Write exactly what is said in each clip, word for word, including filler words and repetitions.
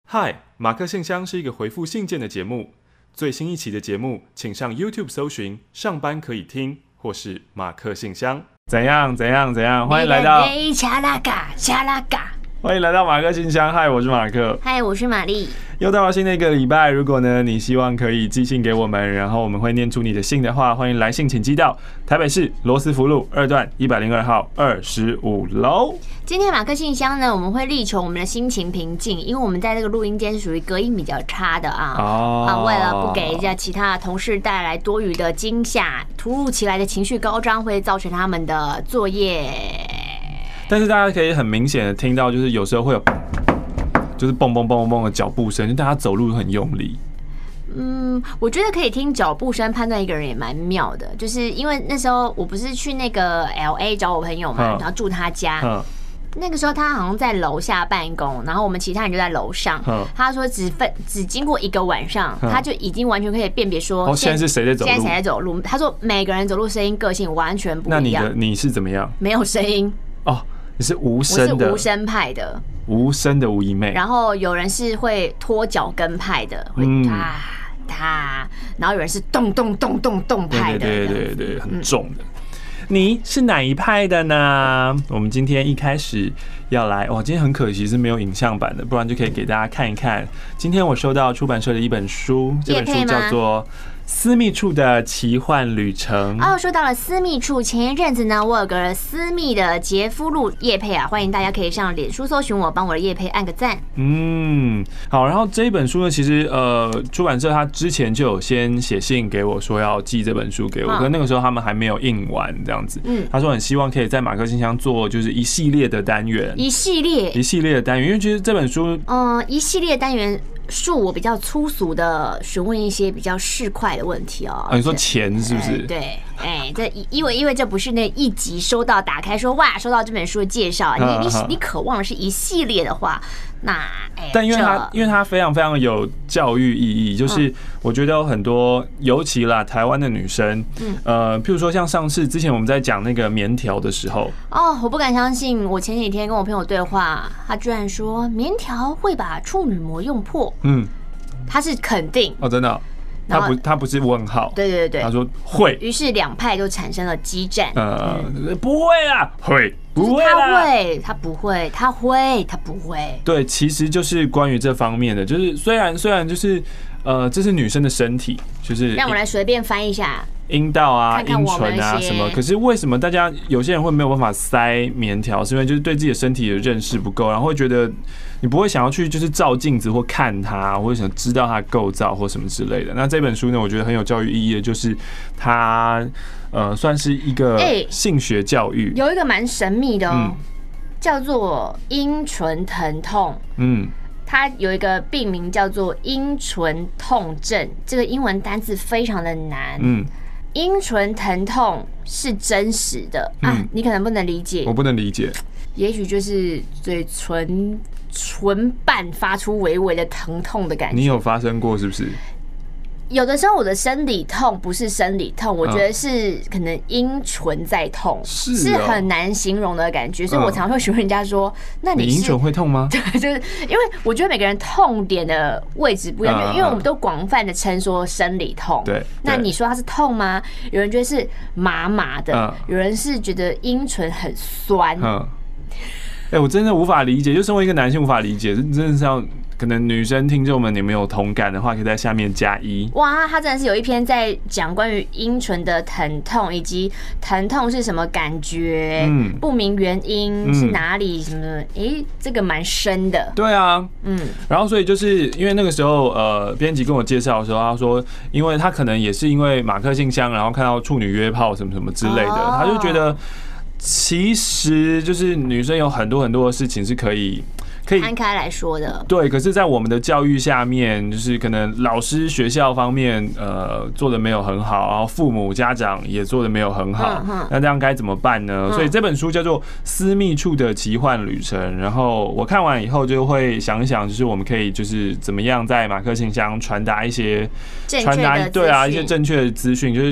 嗨，马克信箱是一个回复信件的节目。最新一期的节目，请上 YouTube 搜寻“上班可以听”或是“马克信箱”。怎样？怎样？怎样？欢迎来到恰拉嘎恰拉嘎， 欢迎来到马克信箱。嗨，我是马克。 嗨，我是玛丽。 又到了新的一个礼拜，如果呢你希望可以寄信给我们，然后我们会念出你的信的话，欢迎来信请寄到台北市罗斯福路二段一百零二号二十五楼。 今天马克信箱呢，我们会力求我们的心情平静，因为我们在这个录音间是属于隔音比较差的啊。哦、啊，为了不给其他的同事带来多余的惊吓，突如其来的情绪高涨会造成他们的作业。 但是大家可以很明显的听到，就是有时候会有。就是蹦蹦蹦蹦蹦的脚步声，就大家走路很用力。 嗯，我觉得可以听脚步声判断一个人也蛮妙的，就是因为那时候我不是去那个 L A 找我朋友嘛，然后住他家。那个时候他好像在楼下办公，然后我们其他人就在楼上。他说只分只经过一个晚上，他就已经完全可以辨别说， 哦，现在是谁在走路？ 现在谁在走路？他说每个人走路声音个性完全不一样。 那你的你是怎么样？ 没有声音哦，你是无声的， 我是无声派的。 无声的无一妹， 然后有人是会拖脚跟派的，会踏踏，然后有人是动动动动动派的， 对对对对，很重的。你是哪一派的呢？我们今天一开始要来，哇，今天很可惜是没有影像版的，不然就可以给大家看一看。今天我收到出版社的一本书，这本书叫做私密处的奇幻旅程。 哦，说到了私密处，前一阵子呢，我有个私密的洁肤露业配啊，欢迎大家可以上脸书搜寻我，帮我的业配按个赞。 嗯，好，然后这一本书呢，其实呃，出版社他之前就有先写信给我说要寄这本书给我，可是那个时候他们还没有印完这样子。嗯，他说很希望可以在马克信箱做就是一系列的单元， 一系列一系列的单元，因为其实这本书， 嗯，一系列单元。恕我比较粗俗的询问一些比较市侩的问题哦。 啊，你说钱是不是？ 对，哎，这因为因为这不是那一集收到打开说哇收到这本书的介绍，你你你渴望的是一系列的话，那哎， 但因为它因为它非常非常有教育意义，就是我觉得有很多，尤其啦台湾的女生，呃，譬如说像上次之前我们在讲那个棉条的时候， 哦，我不敢相信，我前几天跟我朋友对话，他居然说棉条会把处女膜用破。嗯，他是肯定哦，真的、哦，他不，他不是问号， 对对对， 他说会， 于是两派就产生了激战。 呃，不会啊，会，不会啦，他会，他不会，他会，他不会。 对，其实就是关于这方面的，就是虽然虽然就是呃，这是女生的身体，就是让我来随便翻一下。 阴道啊、阴唇啊什么，可是为什么大家有些人会没有办法塞棉条？是因为就是对自己的身体的认识不够，然后会觉得你不会想要去就是照镜子或看它，或者想知道它的构造或什么之类的。那这本书呢，我觉得很有教育意义的，就是它呃算是一个性学教育， 有一个蛮神秘的哦，嗯、叫做阴唇疼痛。嗯。它有一个病名叫做阴唇痛症，这个英文单字非常的难。嗯，阴唇疼痛是真实的、嗯、啊，你可能不能理解， 我不能理解， 也许就是嘴唇唇瓣发出微微的疼痛的感觉。 你有发生过是不是？ 有的时候我的生理痛不是生理痛，我觉得是可能阴唇在痛，是、是很难形容的感觉，所以我常会询问人家说：“那你阴唇会痛吗？” 对，就是因为我觉得每个人痛点的位置不一样，因为我们都广泛的称说生理痛。对，那你说它是痛吗？有人觉得是麻麻的，有人是觉得阴唇很酸。嗯， 哎，我真的无法理解，就身为一个男性无法理解，真的是要。可能女生听众们你们有同感的话，可以在下面加一。 哇，他真的是有一篇在讲关于阴唇的疼痛，以及疼痛是什么感觉，嗯，不明原因是哪里什么的，哎、欸，这个蛮深的。 对啊，嗯，然后所以就是因为那个时候，呃，编辑跟我介绍的时候，他说，因为他可能也是因为马克信箱，然后看到处女约炮什么什么之类的，哦、他就觉得其实就是女生有很多很多的事情是可以。可以摊开来说的， 对。可是，在我们的教育下面，就是可能老师、学校方面，呃，做的没有很好，然后父母、家长也做的没有很好。嗯、那这样该怎么办呢？嗯、所以这本书叫做《私密处的奇幻旅程》。然后我看完以后，就会想一想，就是我们可以就是怎么样在马克信箱传达一些传达对啊一些正确的资讯，就是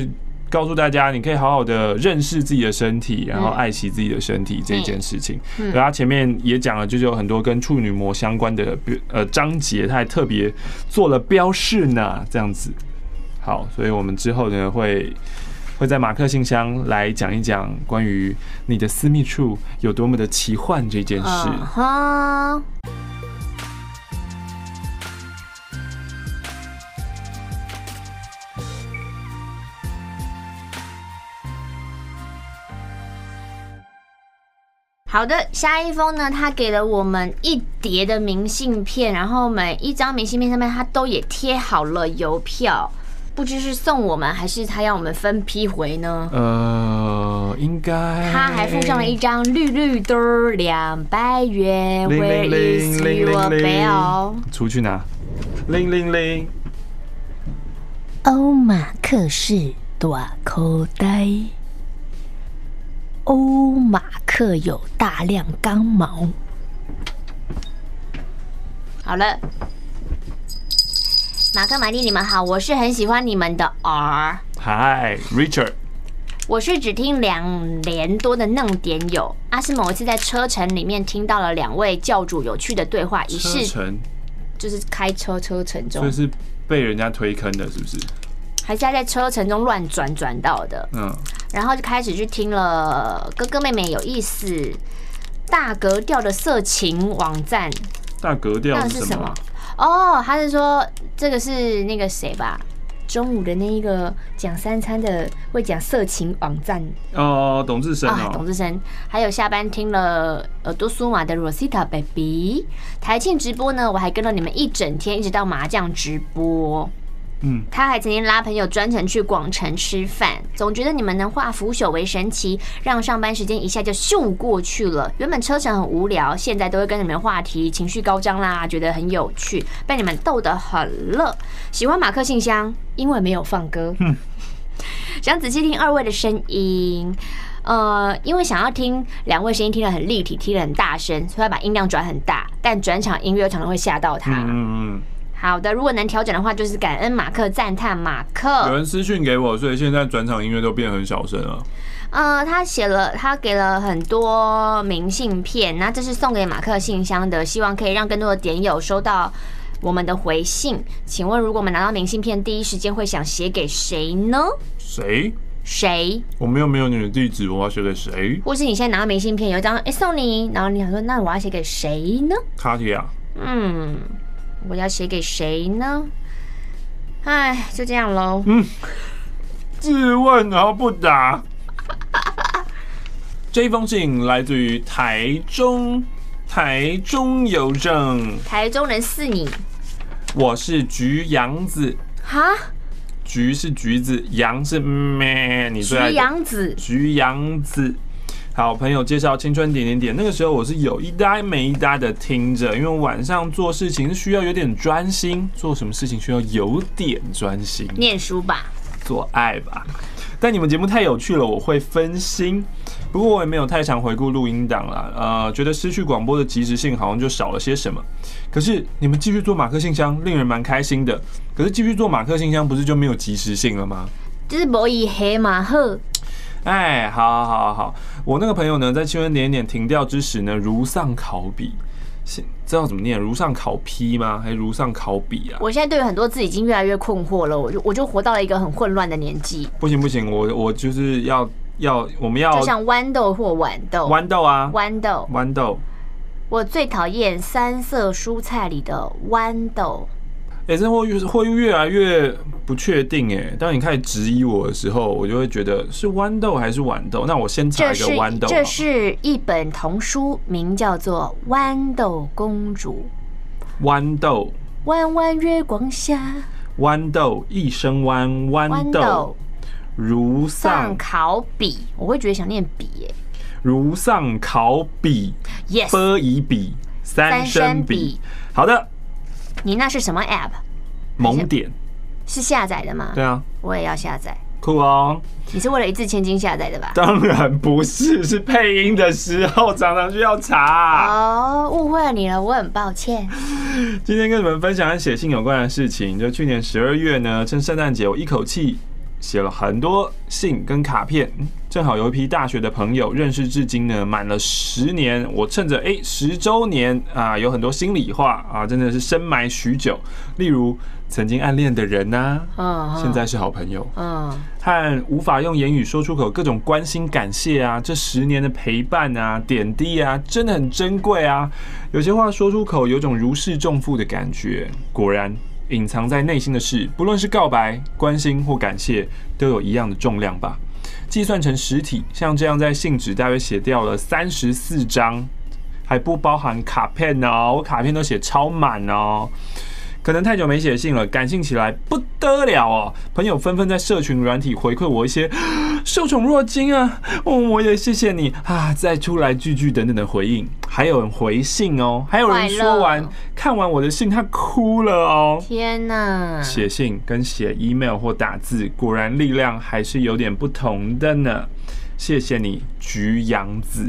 告诉大家，你可以好好的认识自己的身体，然后爱惜自己的身体这件事情。嗯，然后他前面也讲了，就是有很多跟处女膜相关的呃章节，他还特别做了标示呢，这样子。好，所以我们之后呢会会在马克信箱来讲一讲关于你的私密处有多么的奇幻这件事。Uh-huh. 好的，下一封呢，他给了我们一叠的明信片，然后每一张明信片上面他都也贴好了邮票，不知是送我们还是他要我们分批回呢？ 呃，应该。 他还附上了一张绿绿的两百元 ，Where is your bell？ 出去拿，铃铃铃。 欧马克式大口袋。欧马克有大量钢毛。好了，马克、玛丽，你们好，我是很喜欢你们的 R。 Hi Richard。 我是只听两年多的弄点友，啊，是某一次在车程里面听到了两位教主有趣的对话，一车程就是开车车程中， 所以是被人家推坑的，是不是？ 还是他在车程中乱转转到的，嗯。然后就开始去听了哥哥妹妹有意思大格调的色情网站。 大格调是什么？ 哦，他是说这个是那个谁吧？中午的那一个讲三餐的会讲色情网站。 哦，董志生啊，董志生。还有下班听了耳朵苏玛的 Rosita Baby 台庆直播呢，我还跟了你们一整天，一直到麻将直播。嗯，他还曾经拉朋友专程去广城吃饭，总觉得你们能化腐朽为神奇，让上班时间一下就咻过去了。原本车程很无聊，现在都会跟你们话题，情绪高涨啦，觉得很有趣，被你们逗得很乐。喜欢马克信箱，因为没有放歌，嗯、想仔细听二位的声音。呃，因为想要听两位声音听得很立体，听得很大声，所以要把音量转很大，但转场音乐有常常会吓到他。嗯嗯。好的，如果能调整的话，就是感恩马克，赞叹马克。 有人私讯给我，所以现在转场音乐都变很小声了。 呃，他写了，他给了很多明信片，那这是送给马克信箱的，希望可以让更多的点友收到我们的回信。请问，如果我们拿到明信片，第一时间会想写给谁呢？ 谁？ 谁？ 我们又没有你的地址，我要写给谁？ 或是你现在拿到明信片，有一张哎、欸、送你，然后你想说，那我要写给谁呢？ 卡提亚。嗯。 我要写给谁呢？哎，就这样喽。 嗯，自问然后不答。这一封信来自于台中，台中邮政。 台中人是你。 我是橘杨子。 哈？ 橘是橘子，杨是咩？你最爱的橘杨子。 橘杨子。好朋友介绍青春点点点，那个时候我是有一搭没一搭的听着，因为晚上做事情是需要有点专心，做什么事情需要有点专心， 念书吧， 做爱吧。但你们节目太有趣了，我会分心。不过我也没有太常回顾录音档啦，呃，觉得失去广播的即时性好像就少了些什么。可是你们继续做马克信箱，令人蛮开心的。可是继续做马克信箱，不是就没有即时性了吗？ 就是无以黑马赫。 哎，好好好好，我那个朋友呢，在青春点点停掉之时呢，如丧考妣，知道怎么念？如丧考妣吗？还是如丧考妣啊？ 我现在对很多字已经越来越困惑了，我就我就活到了一个很混乱的年纪。 不行不行，我我就是要要我们要就像豌豆或豌豆， 豌豆啊， 豌豆， 豌豆。 我最讨厌三色蔬菜里的豌豆。 哎、欸，这会会越来越不确定哎。当你开始质疑我的时候，我就会觉得是豌豆还是豌豆？那我先查一个豌豆。 这是一本童书，名叫做《豌豆公主》。 豌豆。 弯弯月光下。 豌豆一生弯，豌豆。如丧考妣，我会觉得想念妣耶。 如丧考妣 ，yes， 波以比三声比。好的。 你那是什么 app？ 萌点是下载的吗？ 对啊， 我也要下载。 酷哦！ 你是为了一字千金下载的吧？ 当然不是，是配音的时候常常需要查。 哦，误会了你了，我很抱歉。 今天跟你们分享写信有关的事情，就去年十二月呢，趁圣诞节，我一口气写了很多信跟卡片，正好有一批大学的朋友认识至今呢，满了十年。我趁着哎十周年啊，有很多心里话啊，真的是深埋许久。例如曾经暗恋的人呐、啊， uh, uh, 现在是好朋友，嗯， uh, 和无法用言语说出口各种关心感谢啊，这十年的陪伴啊、点滴啊，真的很珍贵啊。有些话说出口，有种如释重负的感觉。果然。隐藏在内心的事，不论是告白、关心或感谢，都有一样的重量吧。计算成实体，像这样在信纸大约写掉了三十四张，还不包含卡片哦，我卡片都写超满哦。可能太久没写信了，感性起来不得了哦！朋友纷纷在社群软体回馈我一些受宠若惊啊，哦，我也谢谢你啊，再出来句句等等的回应，还有人回信哦，还有人说完看完我的信，他哭了哦！ 天哪！ 写信跟写 email 或打字，果然力量还是有点不同的呢。谢谢你，菊洋子。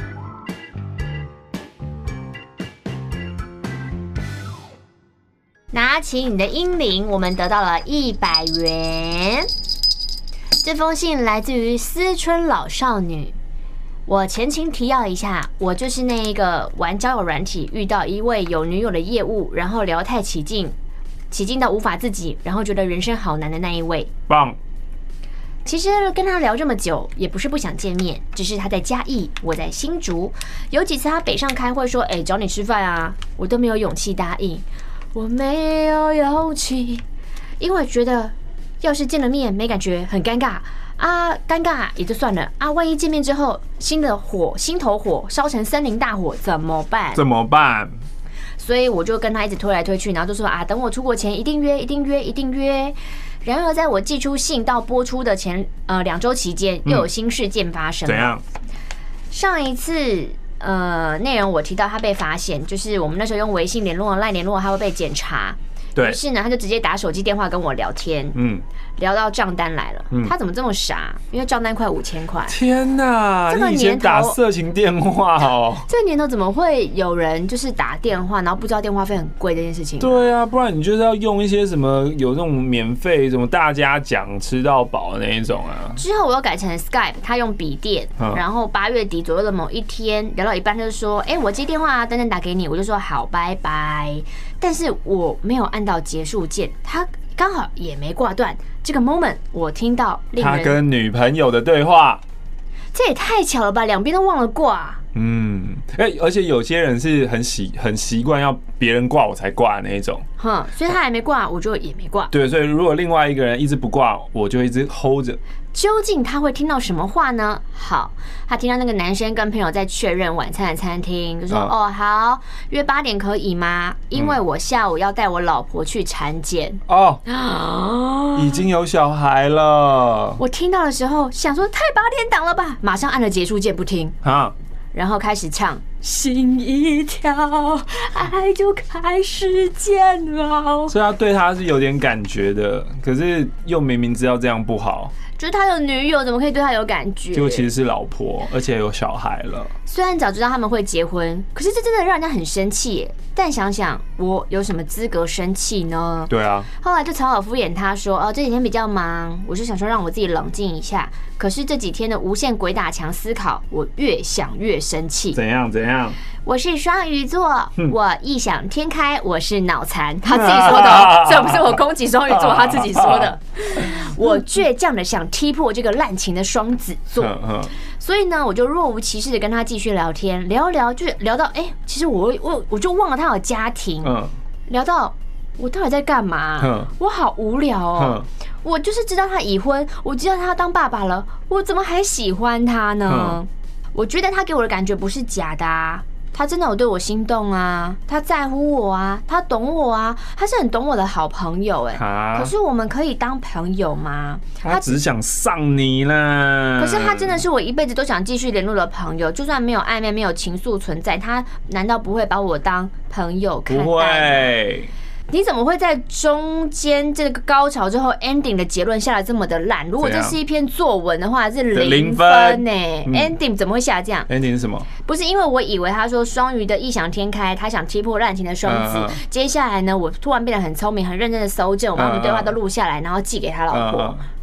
拿起你的英铃，我们得到了一百元。这封信来自于思春老少女。我前情提要一下，我就是那一个玩交友软体遇到一位有女友的业务，然后聊太起劲，起劲到无法自己，然后觉得人生好难的那一位。 棒。 其实跟他聊这么久，也不是不想见面，只是他在嘉义，我在新竹。有几次他北上开会说：“哎、欸，找你吃饭啊！”我都没有勇气答应。我没有勇气，因为觉得要是见了面没感觉很尴尬啊，尴尬也就算了啊，万一见面之后心的火心头火烧成森林大火怎么办？ 怎么办？ 所以我就跟他一直推来推去，然后就说啊，等我出国前一定约，一定约，一定约。然而在我寄出信到播出的前呃两周期间，又有新事件发生了。 怎样？ 上一次。呃，内容我提到他被发现，就是我们那时候用微信联络、赖联络，他会被检查。 对。 于是呢，他就直接打手机电话跟我聊天。嗯。聊到账单来了，嗯、他怎么这么傻？因为账单快五千块。 天哪！这个年头你以前打色情电话哦。 这个年头怎么会有人就是打电话，然后不知道电话费很贵这件事情？ 对啊，不然你就是要用一些什么有那种免费什么大家讲吃到饱的那一种啊。 之后我又改成 Skype， 他用笔电，嗯、然后八月底左右的某一天聊到一半，就是说，哎、欸，我接电话啊，等等打给你，我就说好，拜拜。但是我没有按到结束键，他刚好也没挂断。这个 moment 我听到令人他跟女朋友的对话， 这也太巧了吧，两边都忘了挂。 嗯，哎，而且有些人是很习很习惯要别人挂我才挂的那一种， 哼，所以他还没挂，我就也没挂。 对，所以如果另外一个人一直不挂，我就一直 hold 着。 究竟他会听到什么话呢？好，他听到那个男生跟朋友在确认晚餐的餐厅，就说：“嗯、哦，好，约八点可以吗？因为我下午要带我老婆去产检。”哦， 已经有小孩了。 我听到的时候想说太八点档了吧，马上按了结束键不听啊，然后开始唱。心一跳，爱就开始煎熬。 所以他对他是有点感觉的，可是又明明知道这样不好。 就是他有女友，怎么可以对他有感觉？ 结果其实是老婆，而且有小孩了。 虽然早知道他们会结婚，可是这真的让人家很生气耶。但想想，我有什么资格生气呢？ 对啊。后来就草草敷衍他说：“哦，这几天比较忙。”我就想说让我自己冷静一下。可是这几天的无限鬼打墙思考，我越想越生气。 怎样？怎样？ 我是双鱼座，我异想天开，我是脑残，他自己说的哦，这不是我攻击双鱼座，他自己说的。我倔强的想踢破这个滥情的双子座，所以呢，我就若无其事的跟他继续聊天，聊一聊就聊到，哎、欸，其实我我我就忘了他有家庭，聊到我到底在干嘛？我好无聊哦。我就是知道他已婚，我知道他当爸爸了，我怎么还喜欢他呢？我觉得他给我的感觉不是假的啊。他真的有对我心动啊，他在乎我啊，他懂我啊，他是很懂我的好朋友哎、欸。可是我们可以当朋友吗？ 他只想上你啦。 可是他真的是我一辈子都想继续联络的朋友，就算没有暧昧、没有情愫存在，他难道不会把我当朋友看待吗？ 不会。 你怎么会在中间这个高潮之后 ending 的结论下来这么的烂？如果这是一篇作文的话，是零分呢、欸。ending 怎么会下降 ？ending 是什么？ 不是因为我以为他说双鱼的异想天开，他想踢破滥情的双子。嗯嗯接下来呢，我突然变得很聪明，很认真的搜证，我把我们对话都录下来，然后寄给他老婆。嗯嗯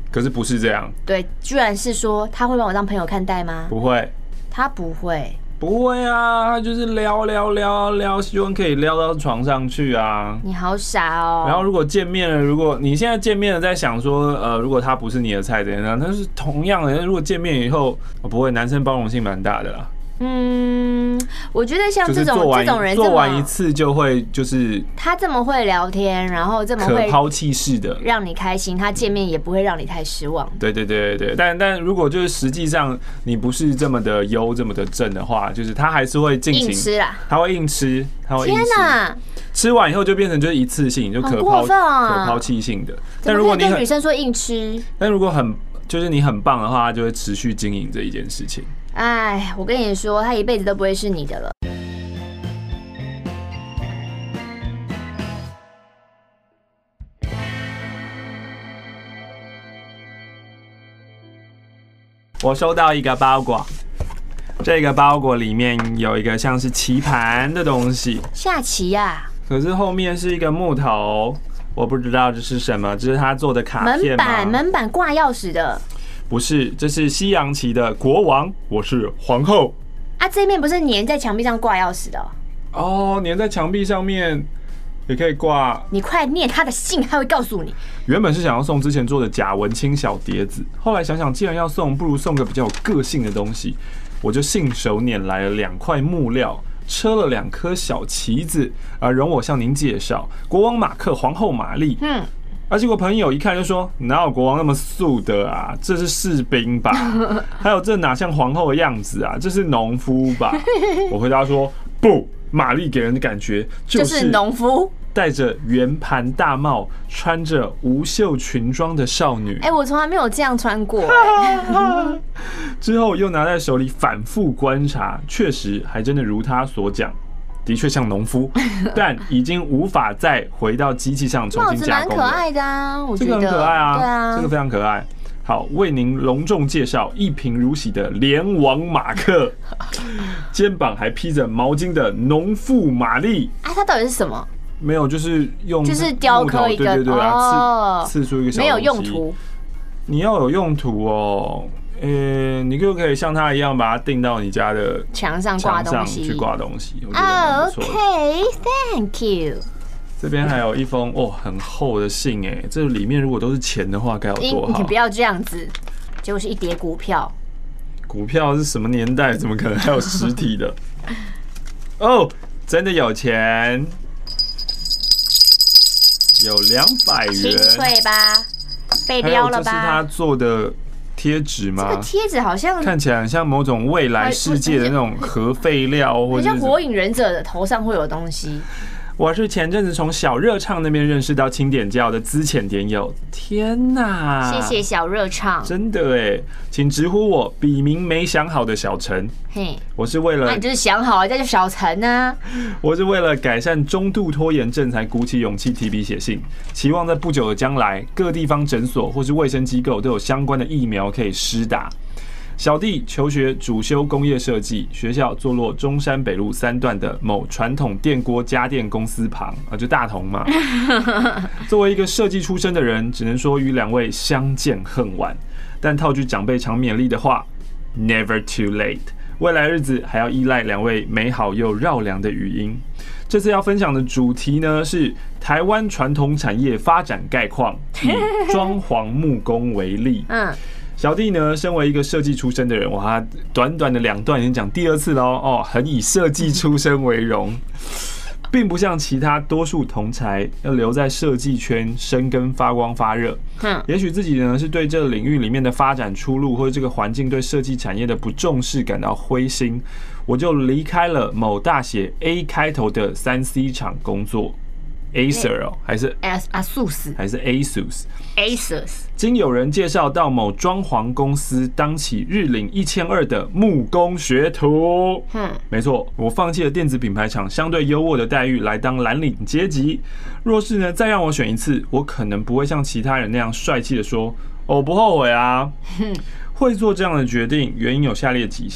可是不是这样。 对，居然是说他会把我当朋友看待吗？ 不会， 他不会。 不会啊，他就是撩撩撩撩，希望可以撩到床上去啊。 你好傻哦。 然后如果见面了，如果你现在见面了，在想说，呃，如果他不是你的菜怎样？但是同样的，如果见面以后，哦、不会，男生包容性蛮大的啦。 嗯，我觉得像这种这种人， 做完一次就会就是他这么会聊天，然后这么会可抛弃式的让你开心，他见面也不会让你太失望。 对对对对对，但但如果就是实际上你不是这么的优这么的正的话，就是他还是会进行硬吃啦， 他会硬吃，他会硬吃。 天哪！ 吃完以后就变成就是一次性，就可抛、啊、可抛弃性的。 但如果你跟女生说硬吃， 但如果很就是你很棒的话，他就会持续经营这一件事情。 哎，我跟你说，他一辈子都不会是你的了。 我收到一个包裹，这个包裹里面有一个像是棋盘的东西， 下棋呀、啊。 可是后面是一个木头，我不知道这是什么，这是他做的卡片吗？ 门板，门板挂钥匙的。 不是，这是西洋棋的国王，我是皇后。 啊，这面不是粘在墙壁上挂钥匙的哦？哦，粘在墙壁上面也可以挂。 你快念他的信，他会告诉你。 原本是想要送之前做的贾文清小碟子，后来想想，既然要送，不如送个比较有个性的东西，我就信手拈来了两块木料，车了两颗小旗子，而容我向您介绍：国王马克，皇后玛丽。嗯。而结果朋友一看就说：“哪有国王那么素的啊？这是士兵吧？还有这哪像皇后的样子啊？这是农夫吧？”我回答说：“不，玛丽给人的感觉就是农夫， 戴着圆盘大帽，穿着无袖裙装的少女。” 哎、欸，我从来没有这样穿过、欸。 之后又拿在手里反复观察，确实还真的如他所讲。的确像农夫，但已经无法再回到机器上重新加工了。帽子蛮可爱的啊，我觉得这个很可爱啊， 对啊， 这个非常可爱。好，为您隆重介绍一贫如洗的连王马克，肩膀还披着毛巾的农妇玛丽。 啊，它到底是什么？ 没有，就是用就是雕刻一个， 对对对啊， 哦、 刺刺出一个小东西， 没有用途。 你要有用途哦。呃、欸，你就可以像他一样把它钉到你家的墙上挂东西， 去挂东西。我觉得蛮不错的。 OK，Thank you。 这边还有一封哦很厚的信哎，这里面如果都是钱的话，该有多好！ 你不要这样子，结果是一叠股票。 股票是什么年代？怎么可能还有实体的？哦，真的有钱，有两百元， 清脆吧？被撩了吧？ 这是他做的。贴纸吗？ 这个贴纸好像看起来很像某种未来世界的那种核废料，或者像火影忍者的头上会有东西。 我是前阵子从小热唱那边认识到清点教的资浅点友，天哪！ 谢谢小热唱， 真的哎，请直呼我笔名没想好的小陈。嘿，我是为了， 那你就是想好了再叫小陈啊。 我是为了改善中度拖延症才鼓起勇气提笔写信，期望在不久的将来，各地方诊所或是卫生机构都有相关的疫苗可以施打。小弟求学主修工业设计，学校坐落中山北路三段的某传统电锅家电公司旁，啊，就大同嘛。作为一个设计出身的人，只能说与两位相见恨晚。但套句长辈常勉励的话 ，Never too late。未来日子还要依赖两位美好又绕梁的语音。这次要分享的主题呢是台湾传统产业发展概况，以装潢木工为例。嗯。小弟呢，身为一个设计出身的人，哇，短短的两段已经讲第二次喽，哦，很以设计出身为荣，并不像其他多数同才要留在设计圈生根发光发热。嗯，也许自己呢是对这个领域里面的发展出路，或者这个环境对设计产业的不重视感到灰心，我就离开了某大写 A 开头的三 C 厂工作。Acer 哦，还是 Asus， 还是 Asus？Asus。经有人介绍到某装潢公司当起日领一千二的木工学徒。嗯，没错，我放弃了电子品牌厂相对优渥的待遇来当蓝领阶级。若是呢再让我选一次，我可能不会像其他人那样帅气的说：“我不后悔啊。”会做这样的决定，原因有下列几项：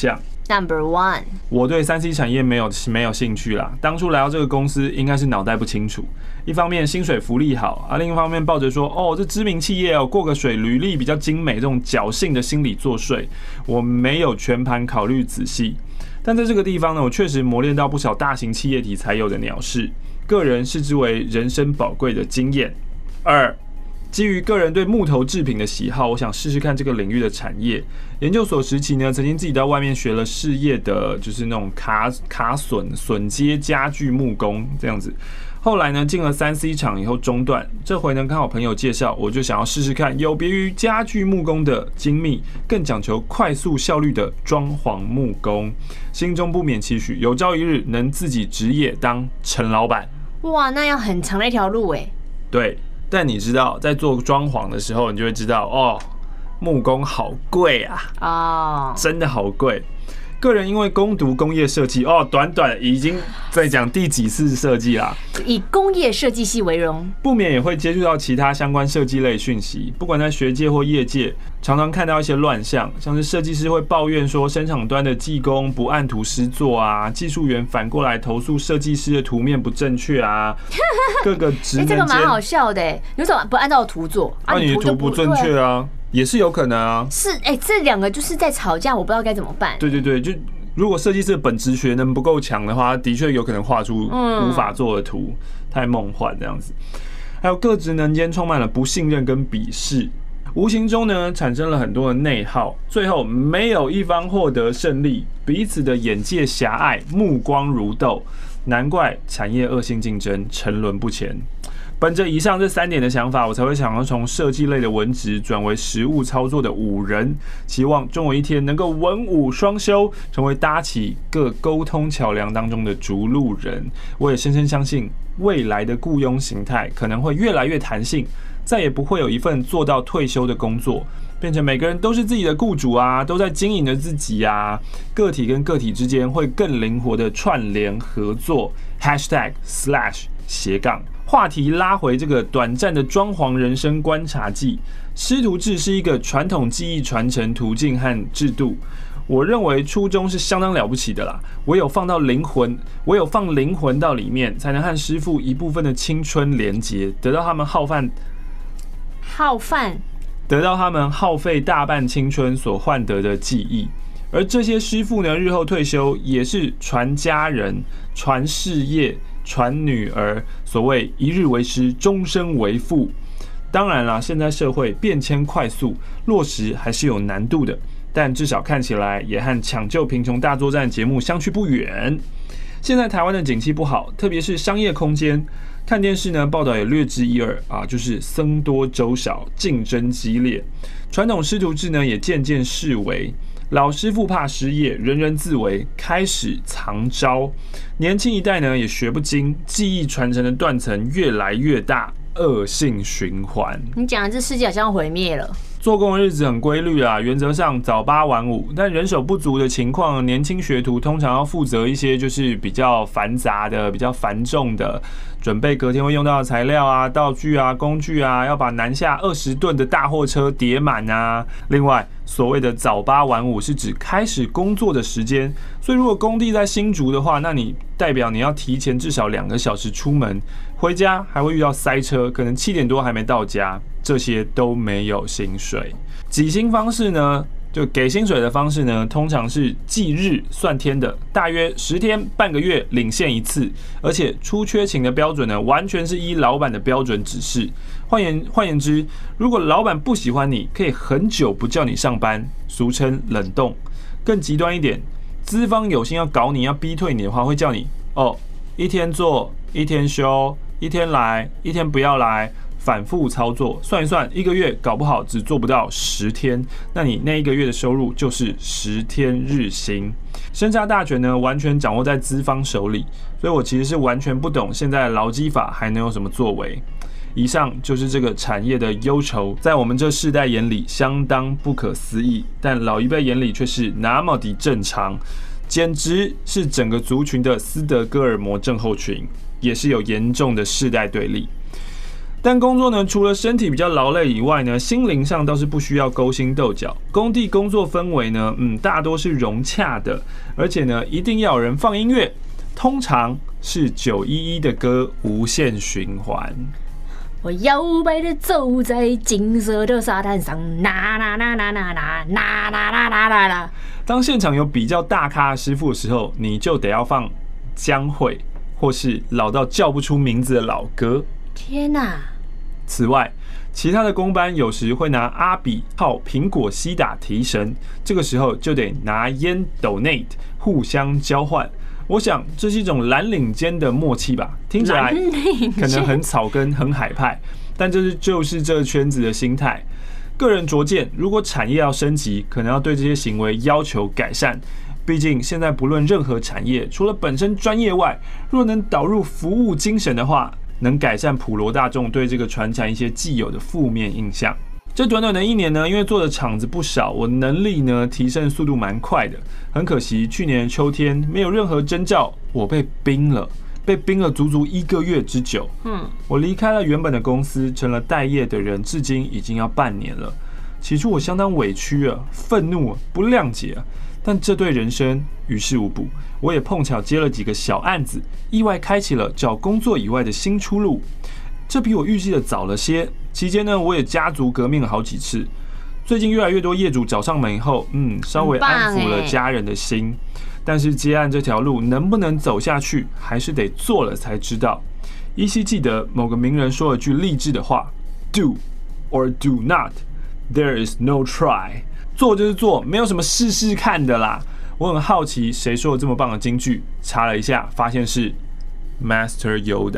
Number one， 我对三 C 产业没有没有兴趣啦。当初来到这个公司，应该是脑袋不清楚。一方面薪水福利好啊，另一方面抱着说哦，这知名企业哦，过个水，履历比较精美这种侥幸的心理作祟，我没有全盘考虑仔细。但在这个地方呢，我确实磨练到不少大型企业体才有的鸟事，个人视之为人生宝贵的经验。二。基于个人对木头制品的喜好，我想试试看这个领域的产业。研究所时期呢，曾经自己到外面学了事业的，就是那种卡卡榫榫接家具木工这样子。后来呢，进了三 C 厂以后中断，这回呢，刚好朋友介绍，我就想要试试看有别于家具木工的精密，更讲求快速效率的装潢木工。心中不免期许，有朝一日能自己职业当陈老板。 哇，那要很长的一条路哎。 对。但你知道，在做装潢的时候，你就会知道哦，木工好贵啊！哦，真的好贵。个人因为攻读工业设计，哦，短短已经在讲第几次设计啦， 以工业设计系为荣， 不免也会接触到其他相关设计类讯息。不管在学界或业界，常常看到一些乱象，像是设计师会抱怨说生产端的技工不按图施作啊，技术员反过来投诉设计师的图面不正确啊，各个职能间， 欸、这个蛮好笑的哎，你怎么不按照图做？ 啊，你的图不正确啊。也是有可能啊， 是哎、欸，这两个就是在吵架，我不知道该怎么办。 对对对，就如果设计师的本职学能不够强的话，的确有可能画出无法做的图，嗯、太梦幻这样子。还有各职能间充满了不信任跟鄙视，无形中呢产生了很多的内耗，最后没有一方获得胜利，彼此的眼界狭隘，目光如豆，难怪产业恶性竞争，沉沦不前。本着以上这三点的想法，我才会想要从设计类的文职转为实务操作的武人，期望终有一天能够文武双修，成为搭起各沟通桥梁当中的逐路人。我也深深相信，未来的雇佣形态可能会越来越弹性，再也不会有一份做到退休的工作，变成每个人都是自己的雇主啊，都在经营着自己啊。个体跟个体之间会更灵活的串联合作。#slash 斜杠。话题拉回这个短暂的装潢人生观察记，师徒制是一个传统技艺传承途径和制度。我认为初衷是相当了不起的啦，唯有放到灵魂，唯有放灵魂到里面，才能和师傅一部分的青春连结，得到他们耗饭耗饭， 得到他们耗费大半青春所换得的技艺。而这些师傅呢，日后退休也是传家人、传事业、传女儿，所谓一日为师，终身为父。当然啦，现在社会变迁快速，落实还是有难度的，但至少看起来也和抢救贫穷大作战节目相去不远。现在台湾的景气不好，特别是商业空间，看电视呢报道也略知一二啊，就是僧多粥少，竞争激烈，传统师徒制呢也渐渐式微。老师傅怕失业，人人自危，开始藏招。年轻一代呢也学不精，技艺传承的断层越来越大，恶性循环。 你讲的这世界好像毁灭了。 做工的日子很规律啊，原则上早八晚五，但人手不足的情况，年轻学徒通常要负责一些就是比较繁杂的、比较繁重的，准备隔天会用到的材料啊、道具啊、工具啊，要把南下二十吨的大货车叠满啊。另外，所谓的早八晚五是指开始工作的时间，所以如果工地在新竹的话，那你代表你要提前至少两个小时出门，回家还会遇到塞车，可能七点多还没到家。这些都没有薪水。给薪方式呢，就给薪水的方式呢，通常是计日算天的，大约十天半个月领现一次，而且出缺勤的标准呢，完全是依老板的标准指示。换言换言之，如果老板不喜欢你，可以很久不叫你上班，俗称冷冻。更极端一点，资方有心要搞你，要逼退你的话，会叫你哦，一天做，一天休，一天来，一天不要来。反复操作，算一算，一个月搞不好只做不到十天，那你那一个月的收入就是十天日薪。生杀大权呢，完全掌握在资方手里，所以我其实是完全不懂现在的劳基法还能有什么作为。以上就是这个产业的忧愁，在我们这世代眼里相当不可思议，但老一辈眼里却是那么的正常，简直是整个族群的斯德哥尔摩症候群，也是有严重的世代对立。 但工作呢，除了身体比较劳累以外呢，心灵上倒是不需要勾心斗角。工地工作氛围呢，嗯，大多是融洽的，而且呢，一定要有人放音乐，通常是九一一的歌无限循环。 我摇摆的走在金色的沙滩上，啦啦啦啦啦啦啦啦啦啦啦啦。 当现场有比较大咖的师傅的时候，你就得要放江蕙或是老到叫不出名字的老歌。 天哪！ 此外，其他的工班有时会拿阿比靠苹果西打提神，这个时候就得拿烟 donate 互相交换。我想这是一种蓝领间的默契吧，听起来可能很草根、很海派，但这是就是这个圈子的心态。个人拙见，如果产业要升级，可能要对这些行为要求改善。毕竟现在不论任何产业，除了本身专业外，若能导入服务精神的话，能改善普罗大众对这个传产一些既有的负面印象。这短短的一年呢，因为做的场子不少，我能力呢提升速度蛮快的。很可惜，去年秋天没有任何征兆，我被冰了，被冰了足足一个月之久。嗯，我离开了原本的公司，成了待业的人，至今已经要半年了。起初我相当委屈啊，愤怒啊，不谅解啊，但这对人生于事无补。我也碰巧接了几个小案子，意外开启了找工作以外的新出路。这比我预计的早了些。期间呢，我也家族革命了好几次。最近越来越多业主找上门以后，嗯，稍微安抚了家人的心。但是接案这条路能不能走下去，还是得做了才知道。依稀记得某个名人说了句励志的话 ：“Do or do not, there is no try。”做就是做，没有什么试试看的啦。我很好奇谁说了这么棒的金句，查了一下，发现是 Master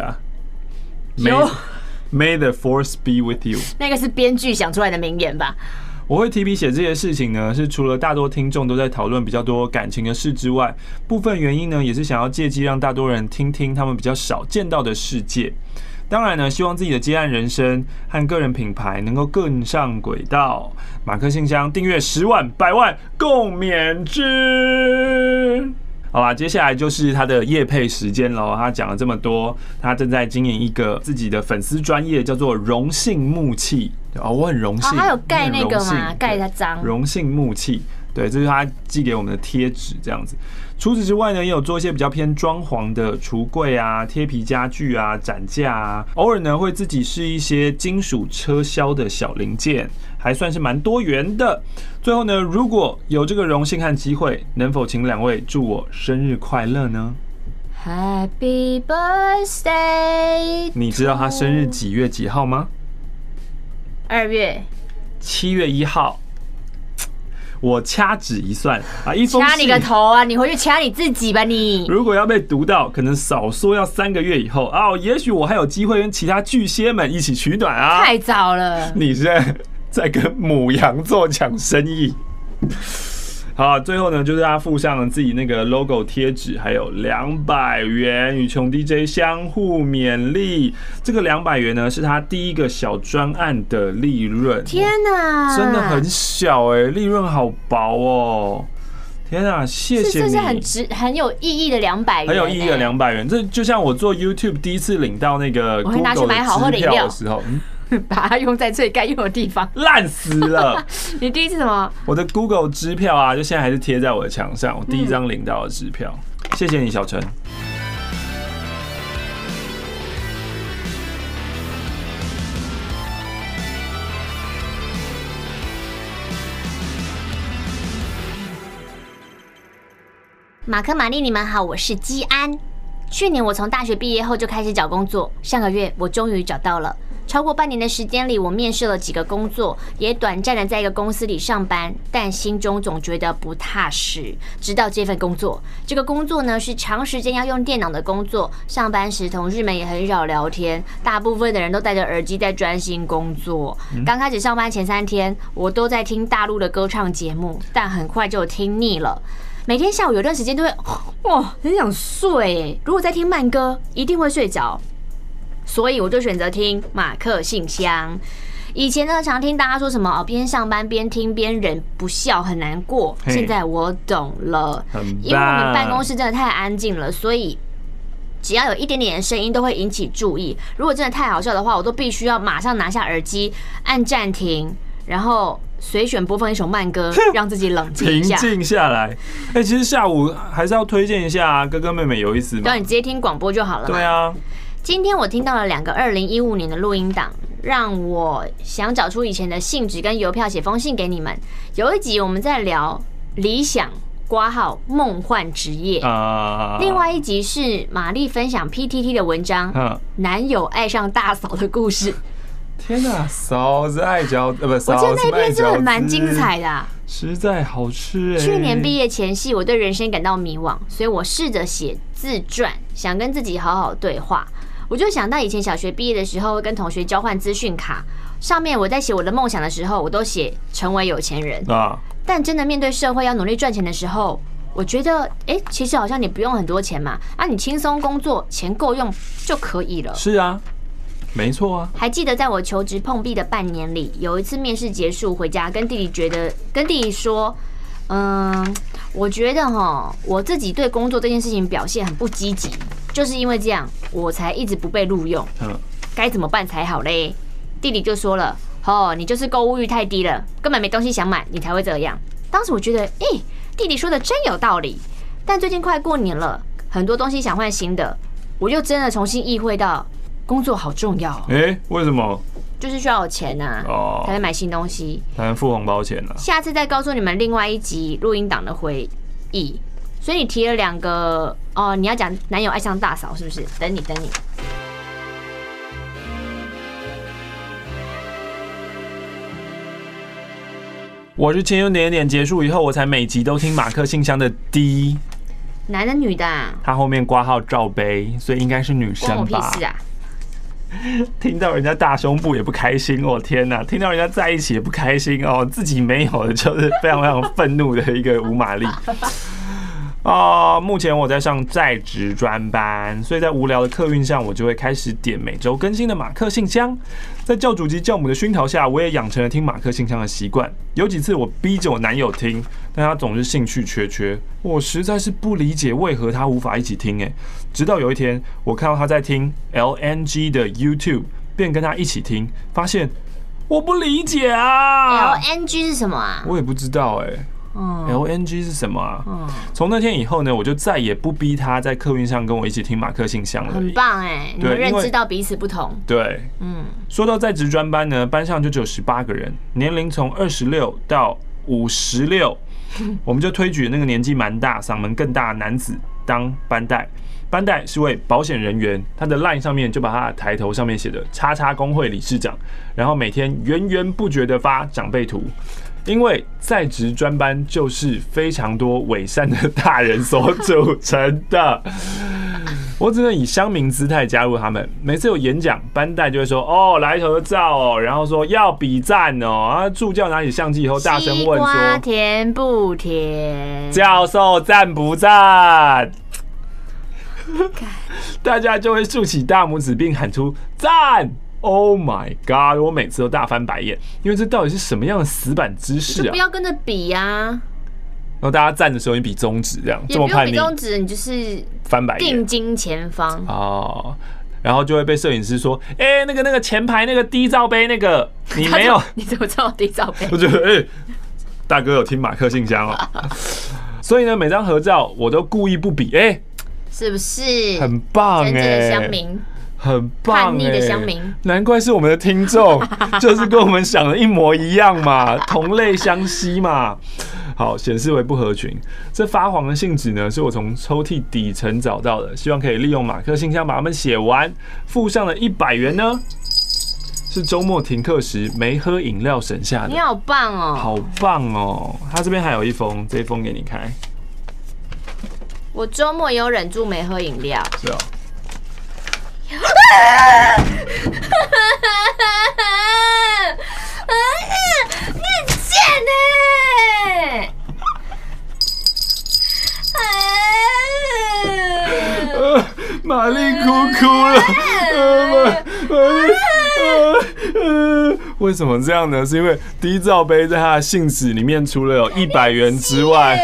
Yoda。May, May the force be with you。 那个是编剧想出来的名言吧？ 我会提笔写这些事情呢，是除了大多听众都在讨论比较多感情的事之外，部分原因呢，也是想要借机让大多人听听他们比较少见到的世界。当然呢，希望自己的接案人生和个人品牌能够更上轨道。马克信箱订阅十万、百万共勉之。好啦，接下来就是他的业配时间喽。他讲了这么多，他正在经营一个自己的粉丝专业，叫做荣幸木器。哦，我很荣幸。 哦，他有盖那个吗？盖他章。 荣幸木器，对，这是他寄给我们的贴纸，这样子。除此之外呢，也有做一些比较偏装潢的橱柜啊、贴皮家具啊、展架啊，偶尔呢会自己试一些金属车销的小零件，还算是蛮多元的。最后呢，如果有这个荣幸和机会，能否请两位祝我生日快乐呢 ？Happy birthday！ 你知道他生日几月几号吗？ 二月七月一号。我掐指一算啊，一封信掐你个头啊！你回去掐你自己吧你。 如果要被读到，可能少说要三个月以后哦，也许我还有机会跟其他巨蟹们一起取暖啊。 太早了， 你是在在跟牡羊座抢生意。好，最后呢，就是他附上了自己那个 logo 贴纸，还有两百元与琼 D J 相互勉励。这个两百元呢，是他第一个小专案的利润。 天哪， 真的很小哎、欸，利润好薄哦。天哪，谢谢你， 这是很值、很有意义的两百元、欸， 很有意义的两百元。这就像我做 YouTube 第一次领到那个 Google 的支票的时候。 把它用在最该用的地方， 烂死了！ 你第一次什么？ 我的 Google 支票啊，就现在还是贴在我的墙上。我第一张领到的支票，嗯、谢谢你，小陈。 马克、玛丽，你们好，我是基安。去年我从大学毕业后就开始找工作，上个月我终于找到了。超过半年的时间里，我面试了几个工作，也短暂的在一个公司里上班，但心中总觉得不踏实。直到这份工作，这个工作呢是长时间要用电脑的工作，上班时同事们也很少聊天，大部分的人都戴着耳机在专心工作。刚开始上班前三天，我都在听大陆的歌唱节目，但很快就听腻了。每天下午有段时间都会，哇，很想睡哎！如果在听慢歌，一定会睡着。所以我就选择听马克信箱。以前呢，常听大家说什么哦，边上班边听边忍不笑很难过。现在我懂了，因为我们办公室真的太安静了，所以只要有一点点的声音都会引起注意。如果真的太好笑的话，我都必须要马上拿下耳机，按暂停，然后随选播放一首慢歌，让自己冷静一下， 平静下来。哎、欸，其实下午还是要推荐一下哥哥妹妹有意思嘛。 对，你直接听广播就好了。 对啊。 今天我听到了两个二零一五年的录音档，让我想找出以前的信纸跟邮票，写封信给你们。有一集我们在聊理想括号梦幻职业，uh, 另外一集是玛丽分享 P T T 的文章， uh, 男友爱上大嫂的故事。 天哪，嫂子爱饺子，呃不， 我记得那篇真的蛮精彩的、啊， 实在好吃哎、欸。 去年毕业前夕，我对人生感到迷惘，所以我试着写自传，想跟自己好好对话。我就想到以前小学毕业的时候，跟同学交换资讯卡，上面我在写我的梦想的时候，我都写成为有钱人啊。但真的面对社会要努力赚钱的时候，我觉得，哎、欸，其实好像你不用很多钱嘛，啊，你轻松工作，钱够用就可以了。 是啊，没错啊。 还记得在我求职碰壁的半年里，有一次面试结束回家，跟弟弟觉得，跟弟弟说，嗯，我觉得哈，我自己对工作这件事情表现很不积极。就是因为这样，我才一直不被录用。嗯，该怎么办才好嘞？弟弟就说了：“哦，你就是购物欲太低了，根本没东西想买，你才会这样。”当时我觉得，哎、欸，弟弟说的真有道理。但最近快过年了，很多东西想换新的，我又真的重新意会到，工作好重要。 哎、欸，为什么？ 就是需要有钱呐、啊，哦，才能买新东西， 才能付红包钱啊。 下次再告诉你们另外一集录音档的回忆。所以你提了两个哦，你要讲男友爱上大嫂是不是？等你等你。 我是前有点点结束以后，我才每集都听马克信箱的 D。 男的女的、啊？ 他后面挂号罩杯，所以应该是女生吧？关我屁事啊！ 听到人家大胸部也不开心哦，天哪！听到人家在一起也不开心哦，自己没有的就是非常非常愤怒的一个吴玛丽。啊、uh, ，目前我在上在职专班，所以在无聊的客运上，我就会开始点每周更新的马克信箱。在教主及教母的熏陶下，我也养成了听马克信箱的习惯。有几次我逼着我男友听，但他总是兴趣缺缺，我实在是不理解为何他无法一起听。哎，直到有一天，我看到他在听 L N G 的 YouTube， 便跟他一起听，发现我不理解啊。 L N G 是什么啊？ 我也不知道哎、欸。L N G 是什么啊？从那天以后呢，我就再也不逼他在客运上跟我一起听马克信箱了。 很棒哎，你们认知到彼此不同。 对，嗯。说到在职专班呢，班上就只有十八个人，年龄从二十六到五十六，我们就推举那个年纪蛮大、嗓门更大的男子当班代。班代是位保险人员，他的 LINE 上面就把他的抬头上面写的“叉叉工会理事长”，然后每天源源不绝的发长辈图。因为在职专班就是非常多伪善的大人所组成的，我只能以乡民姿态加入他们。每次有演讲，班代就会说：“哦，来合照哦。”然后说要比赞哦。啊，助教拿起相机以后，大声问说：“ 西瓜甜不甜？ 教授赞不赞？”大家就会竖起大拇指，并喊出赞。Oh my god！ 我每次都大翻白眼，因为这到底是什么样的死板知识啊？ 就不要跟着比啊！ 然后大家站的时候，你比中指，这样这么叛逆。也不用比中指，你就是翻白眼， 定睛前方哦。然后就会被摄影师说：“哎、欸，那个那个前排那个低罩杯那个，你没有？ 你怎么知道低罩杯？” 我觉得，哎、欸，大哥有听马克信箱哦。所以呢，每张合照我都故意不比，哎、欸， 是不是？ 很棒哎、欸， 真正的乡民。 很棒、欸， 叛逆的乡民， 难怪是我们的听众，就是跟我们想的一模一样嘛，同类相吸嘛。好，显示为不合群。这发黄的信纸呢，是我从抽屉底层找到的，希望可以利用马克信箱把它们写完。附上的一百元呢，是周末停课时没喝饮料省下的。 你好棒哦， 好棒哦！他这边还有一封，这一封给你开。 我周末有忍住没喝饮料。 是哦。 你很贱欸！ 玛丽哭哭了，玛丽，为什么这样呢？是因为低罩杯在他的信纸里面，除了有一百元之外，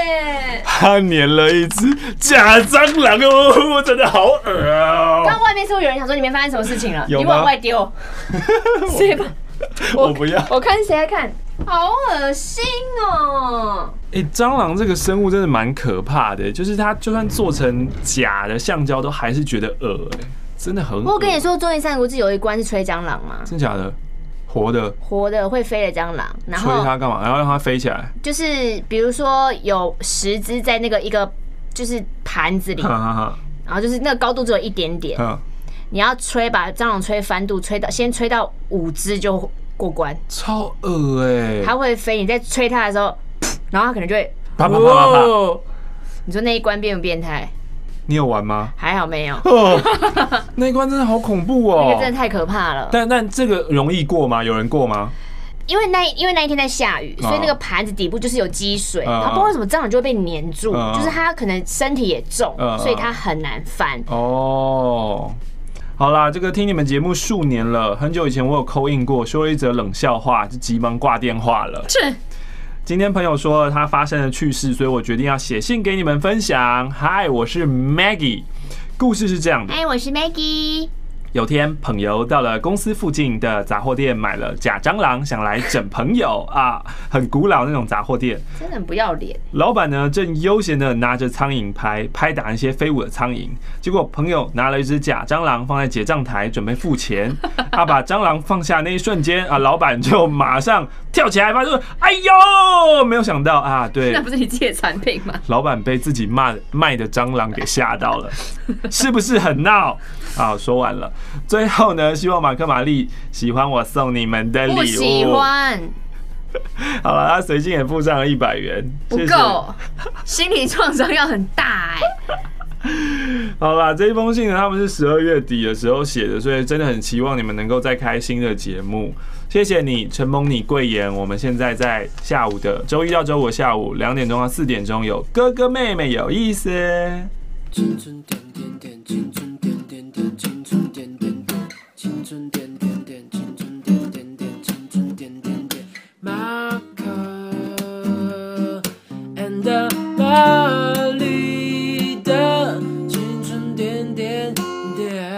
他粘了一只假蟑螂哦，真的好恶哦！ 刚外面是不是有人想说里面发生什么事情了？ 你往外丢，谁吧？ 我不要， 我看谁在看，好恶心哦！ 哎、欸，蟑螂这个生物真的蛮可怕的，就是它就算做成假的橡胶，都还是觉得恶哎，真的很恶。 我跟你说，《中年三国志》有一关是吹蟑螂吗？ 真假的？活的， 活的会飞的蟑螂，然后吹它干嘛？然后让它飞起来。 就是比如说有十只在那个一个就是盘子里，然后就是那个高度只有一点点，你要吹把蟑螂吹翻肚，吹到先吹到五只就过关， 超恶哎！ 它会飞，你在吹它的时候，然后它可能就会啪啪啪啪啪。 你说那一关变不变态？ 你有玩吗？ 还好没有。 那一关真的好恐怖哦， 那个真的太可怕了。 但但这个容易过吗？有人过吗？ 因为那因为那一天在下雨，所以那个盘子底部就是有积水，它不知道为什么蟑螂就会被黏住，就是它可能身体也重，所以它很难翻。 哦，好啦，这个听你们节目数年了，很久以前我有 call in 过，说了一则冷笑话，就急忙挂电话了。 是。 今天朋友说了他发生的趣事，所以我决定要写信给你们分享。嗨，我是 Maggie， 故事是这样的。 嗨，我是 Maggie。 有天，朋友到了公司附近的杂货店买了假蟑螂，想来整朋友啊，很古老那种杂货店， 真的很不要脸。 老板呢正悠闲的拿着苍蝇拍拍打那些飞舞的苍蝇，结果朋友拿了一只假蟑螂放在结账台准备付钱，他把蟑螂放下那一瞬间啊，老板就马上跳起来发出哎呦，没有想到啊，对， 那不是你自己的产品吗？ 老板被自己卖卖的蟑螂给吓到了，是不是很闹？好，说完了。最后呢，希望马克玛丽喜欢我送你们的礼物。 不喜欢。 好了，他随信也付上了一百元， 不够，心理创伤要很大哎、 欸。好啦，这一封信呢，他们是十二月底的时候写的，所以真的很期望你们能够再开新的节目。谢谢你，承蒙你贵言，我们现在在下午的周一到周五下午两点钟到四点钟有哥哥妹妹有意思。青春点点点，青春点点点，青春点点点，青春点点点，青春点点点，青春点点点。马克 and 巴黎的青春点点点。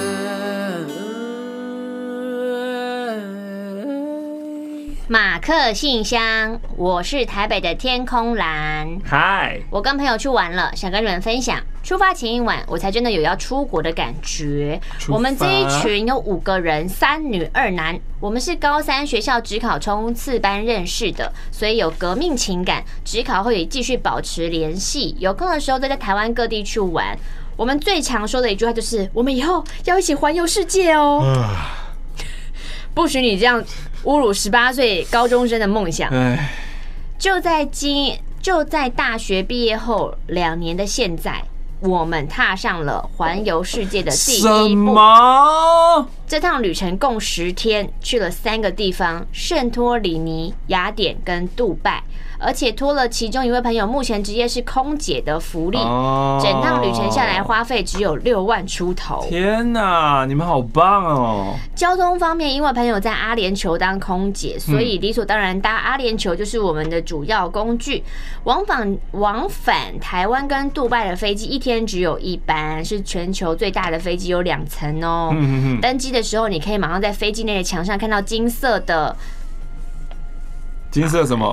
马克信箱，我是台北的天空蓝。 嗨， 我跟朋友去玩了，想跟你们分享。出发前一晚，我才真的有要出国的感觉。我们这一群有五个人，三女二男。我们是高三学校指考冲刺班认识的，所以有革命情感。指考会继续保持联系，有空的时候再在台湾各地去玩。我们最常说的一句话就是：我们以后要一起环游世界哦。不许你这样侮辱十八岁高中生的梦想。就在今就在大学毕业后两年的现在，我们踏上了环游世界的第一步。 什么？ 这趟旅程共十天，去了三个地方：圣托里尼、雅典跟杜拜。而且托了其中一位朋友，目前职业是空姐的福利，整趟旅程下来花费只有六万出头。 天哪，你们好棒哦！ 交通方面，因为朋友在阿联酋当空姐，所以理所当然搭阿联酋就是我们的主要工具。往返往返台湾跟杜拜的飞机一天只有一班，是全球最大的飞机，有两层哦。登机的时候，你可以马上在飞机内的墙上看到金色的。 金色什么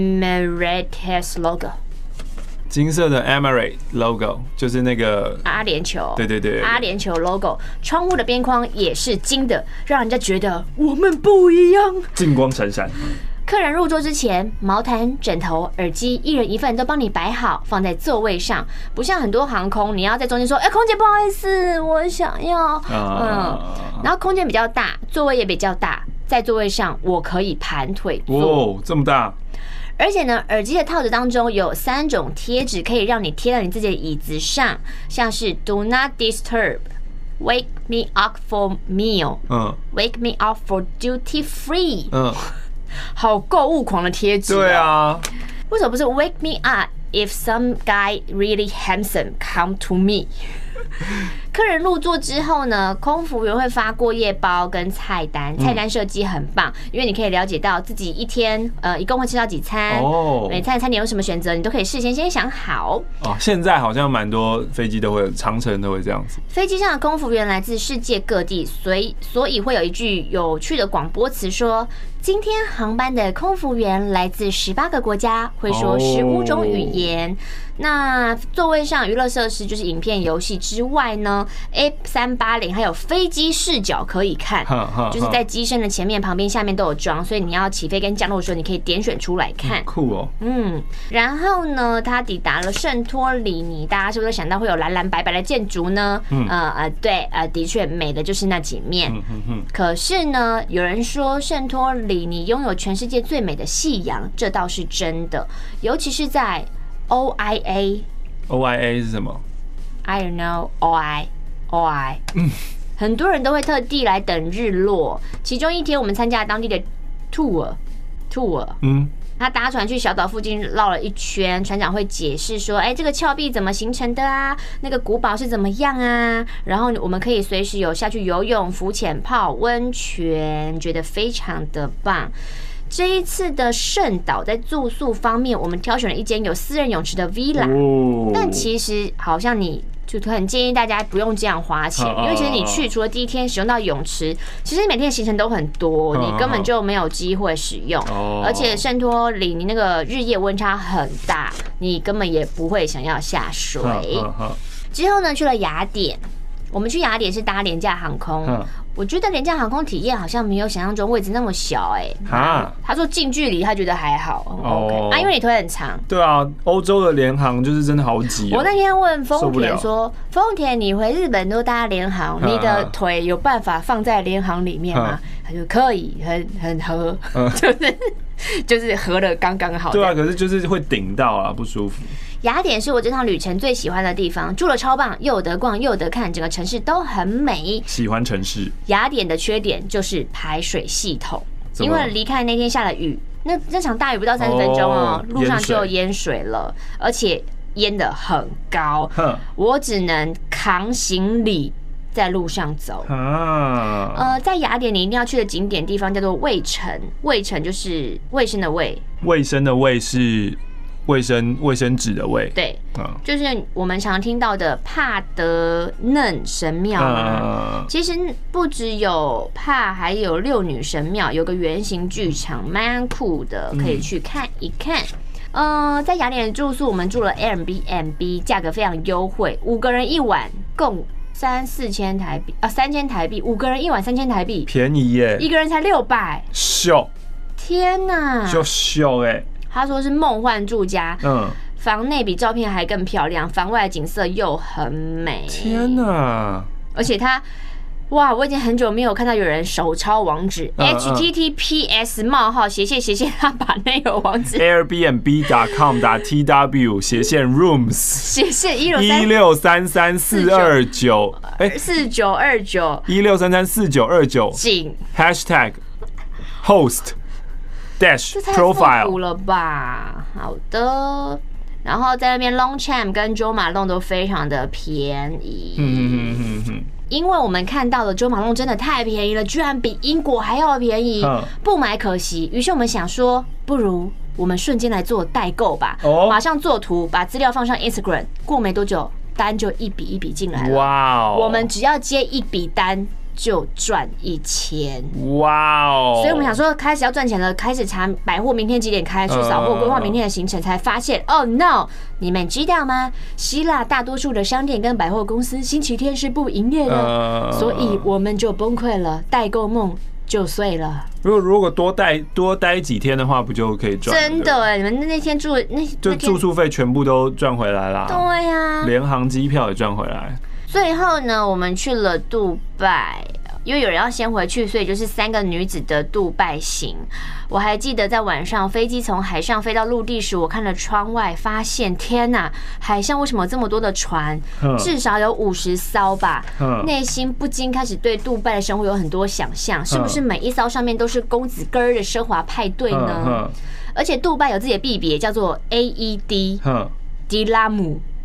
？Emirates logo。 金色的 Emirates logo 就是那个阿联酋。 对对对， 阿联酋 logo。窗户的边框也是金的，让人家觉得我们不一样， 金光闪闪。 客人入座之前，毛毯、枕头、耳机一人一份都帮你摆好，放在座位上，不像很多航空，你要在中间说：“哎、欸，空姐不好意思，我想要。”嗯，然后空间比较大，座位也比较大。在座位上，我可以盘腿坐。 哦，这么大！ 而且呢，耳机的套子当中有三种贴纸，可以让你贴到你自己的椅子上，像是 Do not disturb、Wake me up for meal、嗯、Wake me up for duty free。嗯，好购物狂的贴纸、喔。 对啊， 为什么不是 Wake me up if some guy really handsome come to me？ 客人入座之后呢，空服员会发过夜包跟菜单，菜单设计很棒，因为你可以了解到自己一天呃一共会吃到几餐，哦，每餐餐点有什么选择，你都可以事先先想好。 哦，现在好像蛮多飞机都会，长程都会这样子。 飞机上的空服员来自世界各地，所以所以会有一句有趣的广播词说。今天航班的空服员来自十八个国家，会说十五种语言。Oh. 那座位上娱乐设施就是影片、游戏之外呢 ，A 三八零还有飞机视角可以看，就是在机身的前面、旁边、下面都有装，所以你要起飞跟降落的时候，你可以点选出来看。 酷哦。 嗯，然后呢，它抵达了圣托里尼，大家是不是想到会有蓝蓝白白的建筑呢？嗯呃呃，对，呃，的确美的就是那几面。嗯嗯嗯。可是呢，有人说圣托里尼拥有全世界最美的夕阳，这倒是真的，尤其是在 O I A。O I A 是什么 ？I don't know. O I O I。嗯，很多人都会特地来等日落。其中一天，我们参加当地的 tour tour。嗯。他搭船去小岛附近绕了一圈，船长会解释说：“哎，这个峭壁怎么形成的啊？那个古堡是怎么样啊？”然后我们可以随时有下去游泳、浮潜、泡温泉，觉得非常的棒。这一次的圣岛在住宿方面，我们挑选了一间有私人泳池的 villa，、哦、但其实好像你就很建议大家不用这样花钱，因为其实你去除了第一天使用到泳池，其实每天的行程都很多，你根本就没有机会使用。而且圣托里尼那个日夜温差很大，你根本也不会想要下水。之后呢，去了雅典，我们去雅典是搭廉价航空。我觉得廉价航空体验好像没有想象中位置那么小哎、欸。啊，他说近距离他觉得还好，很 OK、哦、啊，因为你腿很长。 对啊，欧洲的联航就是真的好挤、 喔。我那天问丰田说：“丰田，你回日本都搭联航，你的腿有办法放在联航里面吗？”他说可以，很很合，就是就是合的刚刚好。 对啊，可是就是会顶到啊，不舒服。 雅典是我这趟旅程最喜欢的地方，住了超棒，又有得逛又有得看，整个城市都很美。 喜欢城市。 雅典的缺点就是排水系统，因为离开那天下了雨，那那场大雨不到三十分钟哦，路上就淹水了，而且淹得很高，我只能扛行李在路上走。啊，呃，在雅典你一定要去的景点地方叫做卫城，卫城就是卫生的卫， 卫生的卫是。卫生卫生纸的卫， 对，嗯，就是我们常听到的帕德嫩神庙嘛。其实不只有帕，还有六女神庙，有个圆形剧场，蛮酷的，可以去看一看。嗯、呃，在雅典住宿，我们住了 Airbnb， 价格非常优惠，五个人一晚，共三四千台币啊，三千台币，五个人一晚三千台币， 便宜耶， 一个人才六百， 秀！ 天哪， 就秀哎！ 他说是梦幻住家，嗯，房内比照片还更漂亮，房外景色又很美。 天哪！而且他，哇，我已经很久没有看到有人手抄网址、嗯、H T T P S 冒号斜线斜线，他把那个网址 airbnb dot com dot t w 斜线 rooms 斜线一六三三四二九哎四九二九一六三三四九二九井 hashtag host dash profile， 这太复古了吧？好的，然后在那边 Longchamp 跟 Jo Malone 都非常的便宜。嗯嗯嗯嗯。因为我们看到的 Jo Malone 真的太便宜了，居然比英国还要便宜，不买可惜。于是我们想说，不如我们瞬间来做代购吧，哦、马上做图，把资料放上 Instagram， 过没多久单就一笔一笔进来了。哇、wow 我们只要接一笔单就赚一千，哇哦！所以我们想说，开始要赚钱了，开始查百货明天几点开，去扫货规划明天的行程，才发现，哦 no！ 你们知道吗？希腊大多数的商店跟百货公司星期天是不营业的，所以我们就崩溃了，代购梦就碎了。 如果如果多待多待几天的话，不就可以赚？ 真的哎，你们那天住那就住宿费全部都赚回来啦。 对呀、啊， 联航机票也赚回来。 最后呢，我们去了杜拜，因为有人要先回去，所以就是三个女子的杜拜行。我还记得在晚上飞机从海上飞到陆地时，我看了窗外，发现天哪，海上为什么有这么多的船？至少有五十艘吧。内心不禁开始对杜拜的生活有很多想象，是不是每一艘上面都是公子哥儿的奢华派对呢？而且杜拜有自己的币别，叫做 A E D， 迪拉姆。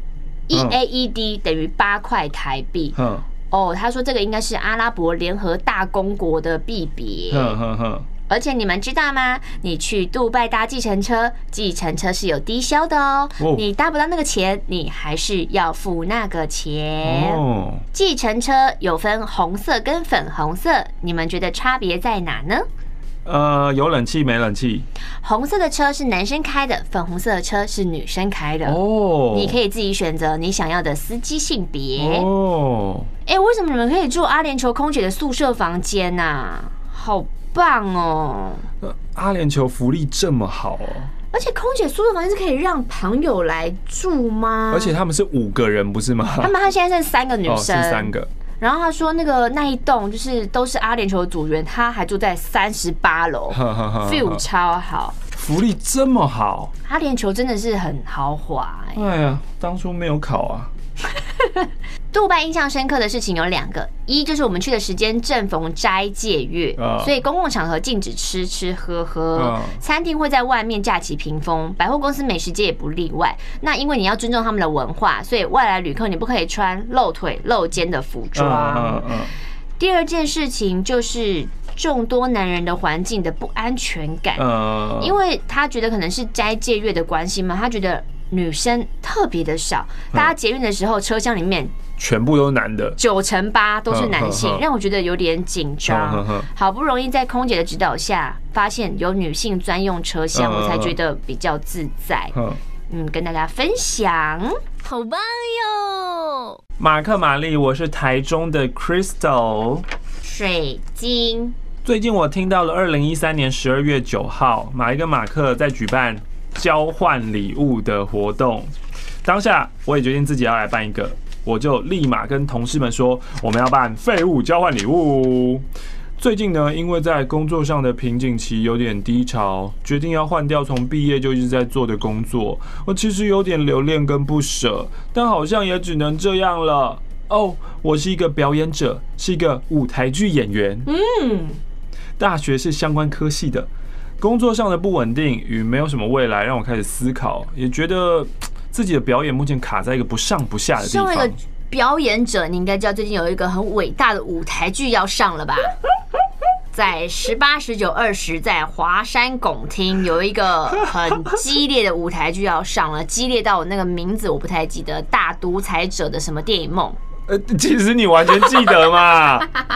一 A E D 等于八块台币。嗯，哦，他说这个应该是阿拉伯联合大公国的币别。嗯嗯嗯。而且你们知道吗？你去杜拜搭计程车，计程车是有低消的哦。哦，你搭不到那个钱，你还是要付那个钱。哦，计程车有分红色跟粉红色，你们觉得差别在哪呢？ 呃，有冷气没冷气。 红色的车是男生开的，粉红色的车是女生开的。哦，你可以自己选择你想要的司机性别。哦，哎、欸，为什么你们可以住阿联酋空姐的宿舍房间啊？好棒哦！ 阿联酋福利这么好哦， 而且空姐宿舍房间是可以让朋友来住吗？ 而且他们是五个人，不是吗？ 他们他现在剩三个女生， 哦、是三个。 然后他说那个那一栋就是都是阿联酋的组员，他还住在三十八楼 ，feel 超好， 福利这么好， 阿联酋真的是很豪华、欸。 哎呀，当初没有考啊。 杜拜印象深刻的事情有两个，一就是我们去的时间正逢斋戒月，所以公共场合禁止吃吃喝喝，餐厅会在外面架起屏风，百货公司美食街也不例外。那因为你要尊重他们的文化，所以外来旅客你不可以穿露腿露肩的服装。第二件事情就是众多男人的环境的不安全感，因为他觉得可能是斋戒月的关系嘛，他觉得女生特别的少，大家捷运的时候车厢里面全部都是男的， 九成八都是男性，让我觉得有点紧张。好不容易在空姐的指导下，发现有女性专用车厢，我才觉得比较自在。嗯，跟大家分享，好棒哟！ 马克玛丽，我是台中的 Crystal 水晶。 最近我听到了二零一三年十二月九号，马一跟马克在举办交换礼物的活动，当下我也决定自己要来办一个，我就立马跟同事们说，我们要办废物交换礼物。最近呢，因为在工作上的瓶颈期有点低潮，决定要换掉从毕业就一直在做的工作。我其实有点留恋跟不舍，但好像也只能这样了。哦，我是一个表演者，是一个舞台剧演员。嗯，大学是相关科系的。工作上的不稳定与没有什么未来，让我开始思考，也觉得自己的表演目前卡在一个不上不下的地方。 身为一个表演者，你应该知道最近有一个很伟大的舞台剧要上了吧？在十八、十九、二十，在华山拱厅有一个很激烈的舞台剧要上了，激烈到我那个名字我不太记得，大独裁者的什么电影梦。 呃，其实你完全记得嘛。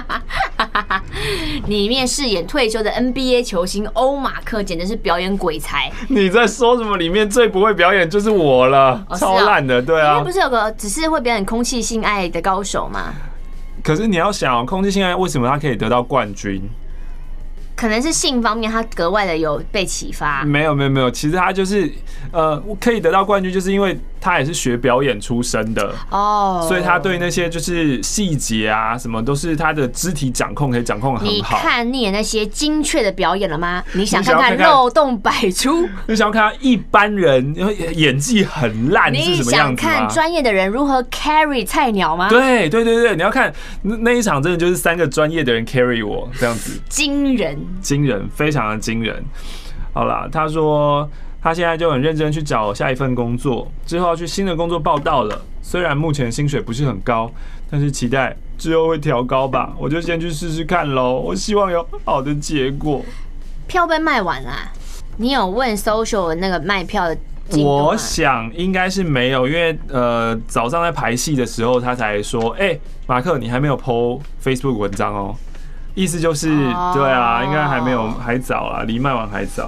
里面饰演退休的 N B A 球星欧马克，简直是表演鬼才。 你在说什么？里面最不会表演就是我了，哦、超烂的，对啊。 里面不是有个只是会表演空气性爱的高手吗？ 可是你要想，空气性爱为什么他可以得到冠军？ 可能是性方面，他格外的有被启发。 没有没有没有，其实他就是呃，可以得到冠军，就是因为他也是学表演出身的哦， oh. 所以他对那些就是细节啊，什么都是他的肢体掌控可以掌控很好。 你看腻了那些精确的表演了吗？你想看看漏洞百出？ 你想要看看一般人演技很烂是什么样子吗？ 你想看专业的人如何 carry 菜鸟吗？ 对对对对，你要看那一场，真的就是三个专业的人 carry 我这样子， 惊人。 惊人，非常的惊人。好啦，他说他现在就很认真去找下一份工作，之后要去新的工作报到了。虽然目前薪水不是很高，但是期待之后会调高吧。我就先去试试看咯，我希望有好的结果。 票被卖完啦？你有问 social 那个卖票的？ 我想应该是没有，因为呃早上在排戏的时候，他才说：“哎、欸，马克，你还没有 po Facebook 文章哦。”意思就是，对啊，应该还没有，还早啦，离卖完还早。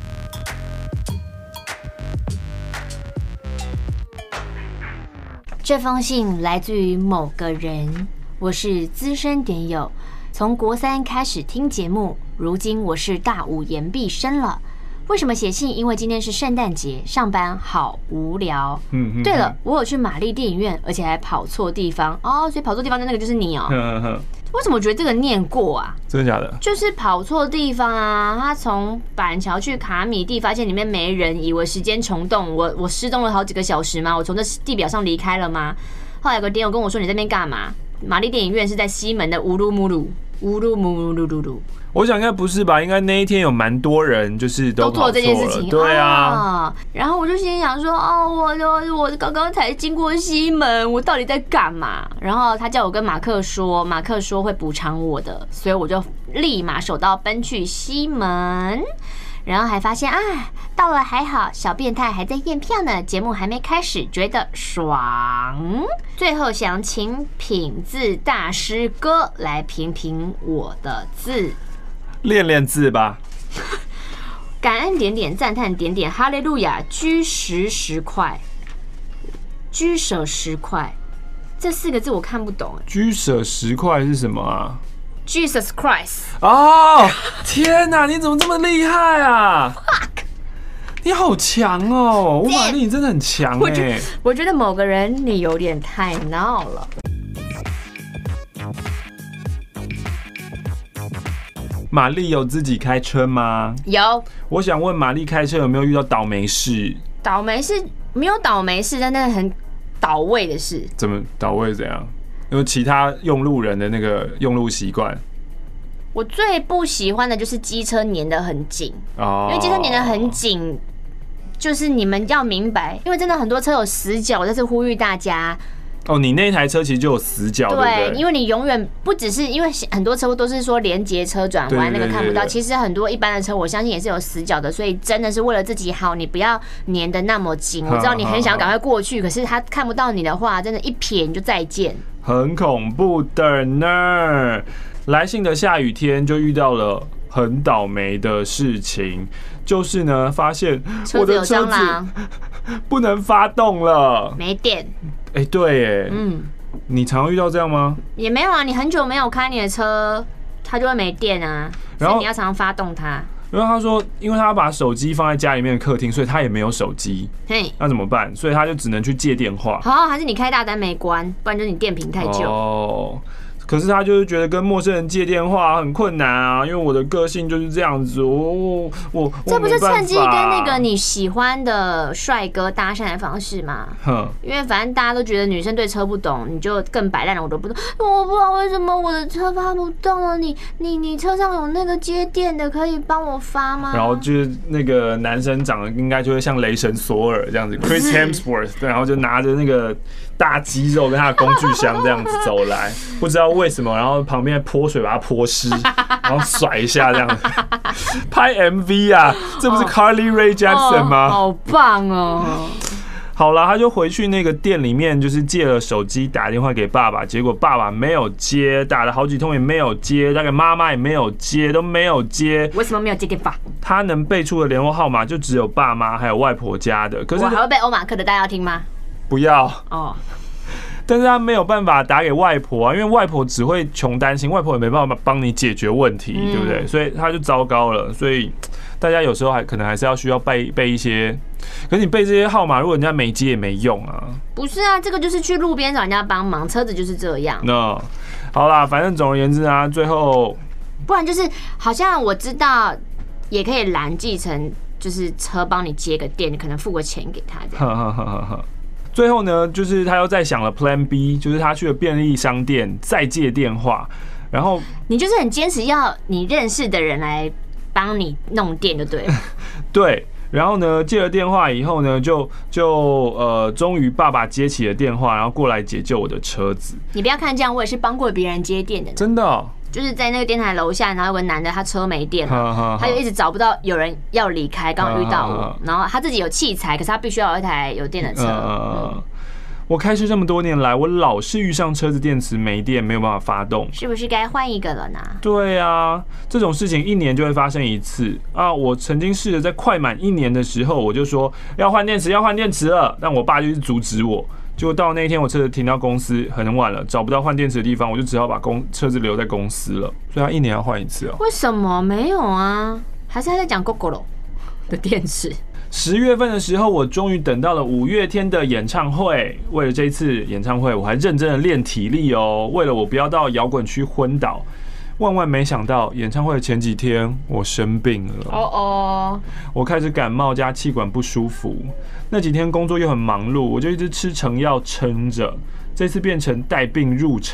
这封信来自于某个人，我是资深点友，从国三开始听节目，如今我是大五延毕生了。为什么写信？因为今天是圣诞节，上班好无聊。嗯嗯。对了，我有去玛丽电影院，而且还跑错地方哦，所以跑错地方的那个就是你哦。嗯嗯。为什么我觉得这个念过啊？ 真的假的？ 就是跑错地方啊！他从板桥去卡米地，发现里面没人，以为时间虫洞，我我失踪了好几个小时吗？我从这地表上离开了吗？后来有个点友跟我说：“你在那边干嘛？”玛丽电影院是在西门的乌鲁木鲁，乌鲁木鲁鲁鲁。 我想应该不是吧？应该那一天有蛮多人就是都做这件事情， 对啊、 哦。然后我就心想说，哦，我我我刚刚才经过西门，我到底在干嘛？然后他叫我跟马克说，马克说会补偿我的，所以我就立马手刀奔去西门。然后还发现啊，到了还好，小变态还在验票呢，节目还没开始，觉得爽。最后想请品字大师哥来评评我的字， 练练字吧。 感恩点点赞叹点点哈利路亚，居十十块，居舍十块，这四个字我看不懂。 居舍十块是什么啊 ？Jesus Christ！ 哦，天哪，你怎么这么厉害啊 ？Fuck！ 你好强哦，吴玛丽，你真的很强哎、欸。 我觉得某个人你有点太闹了。 玛丽有自己开车吗？ 有。 我想问玛丽开车有没有遇到倒霉事？ 倒霉事没有倒霉事，但那很倒位的事。 怎么倒位？怎样？因为其他用路人的那个用路习惯， 我最不喜欢的就是机车粘得很紧哦，因为机车粘得很紧，就是你们要明白，因为真的很多车有死角，我在这呼吁大家。 哦，你那台车其实就有死角，对不对？ 因为你永远不只是因为很多车都是说连接车转弯那个看不到，其实很多一般的车我相信也是有死角的，所以真的是为了自己好，你不要粘得那么紧。我知道你很想赶快过去，可是他看不到你的话，真的，一瞥你就再见。很恐怖的呢。来信的下雨天就遇到了很倒霉的事情，就是呢，发现我的车子不能发动了， 没电。 哎、欸，对，哎，嗯，你常遇到这样吗？ 也没有啊，你很久没有开你的车，它就会没电啊，所以你要常常发动它。 然后他说，因为他把手机放在家里面的客厅，所以他也没有手机。嘿，那怎么办？所以他就只能去借电话。 好，还是你开大单没关，不然就是你电瓶太旧。 哦。可是他就是觉得跟陌生人借电话很困难啊，因为我的个性就是这样子。我我这不是趁机跟那个你喜欢的帅哥搭讪的方式吗？哼，因为反正大家都觉得女生对车不懂，你就更摆烂了。我都不懂，我不知道为什么我的车发不动了。你你你车上有那个接电的，可以帮我发吗？ 然后就是那个男生长得应该就会像雷神索尔这样子 ，Chris Hemsworth， 对，然后就拿着那个大肌肉跟他的工具箱这样子走来，不知道为什么，然后旁边泼水把它泼湿，然后甩一下这样子，拍 M V 啊，这不是 Carly Rae Jepsen 吗？ 好棒哦！ 好了，他就回去那个店里面，就是借了手机打电话给爸爸，结果爸爸没有接，打了好几通也没有接，大概妈妈也没有接，都没有接。 为什么没有接电话？ 他能背出的联络号码就只有爸妈还有外婆家的。可是我还会背欧马克的，大家要听吗？ 不要哦。但是他没有办法打给外婆啊，因为外婆只会穷担心，外婆也没办法帮你解决问题，嗯、对不对？所以他就糟糕了。所以大家有时候还可能还是要需要背背一些，可是你背这些号码，如果人家没接也没用啊。 不是啊，这个就是去路边找人家帮忙，车子就是这样。 那好啦，反正总而言之啊，最后不然就是好像我知道也可以拦继承，就是车帮你接个电，你可能付个钱给他这样。 最后呢，就是他又再想了 Plan B， 就是他去了便利商店再借电话，然后你就是很坚持要你认识的人来帮你弄电就对了。 对，然后呢借了电话以后呢，就就呃终于爸爸接起了电话，然后过来解救我的车子。 你不要看这样，我也是帮过别人接电的， 真的、哦。 就是在那个电台楼下，然后有个男的，他车没电了，他就一直找不到有人要离开，刚好遇到我，然后他自己有器材，可是他必须要有一台有电的车。嗯、 我开车这么多年来，我老是遇上车子电池没电，没有办法发动， 是不是该换一个了呢？ 对啊，这种事情一年就会发生一次啊！我曾经试着在快满一年的时候，我就说要换电池，要换电池了，但我爸就是阻止我。结果到那一天，我车子停到公司很晚了，找不到换电池的地方，我就只好把公车子留在公司了。所以他一年要换一次哦。 为什么没有啊？还是他在讲 Gogoro 的电池？ 十月份的时候，我终于等到了五月天的演唱会。为了这一次演唱会，我还认真的练体力哦。为了我不要到摇滚区昏倒。万万没想到，演唱会前几天我生病了。哦哦，我开始感冒加气管不舒服。那几天工作又很忙碌，我就一直吃成药撑着。这次变成带病入场。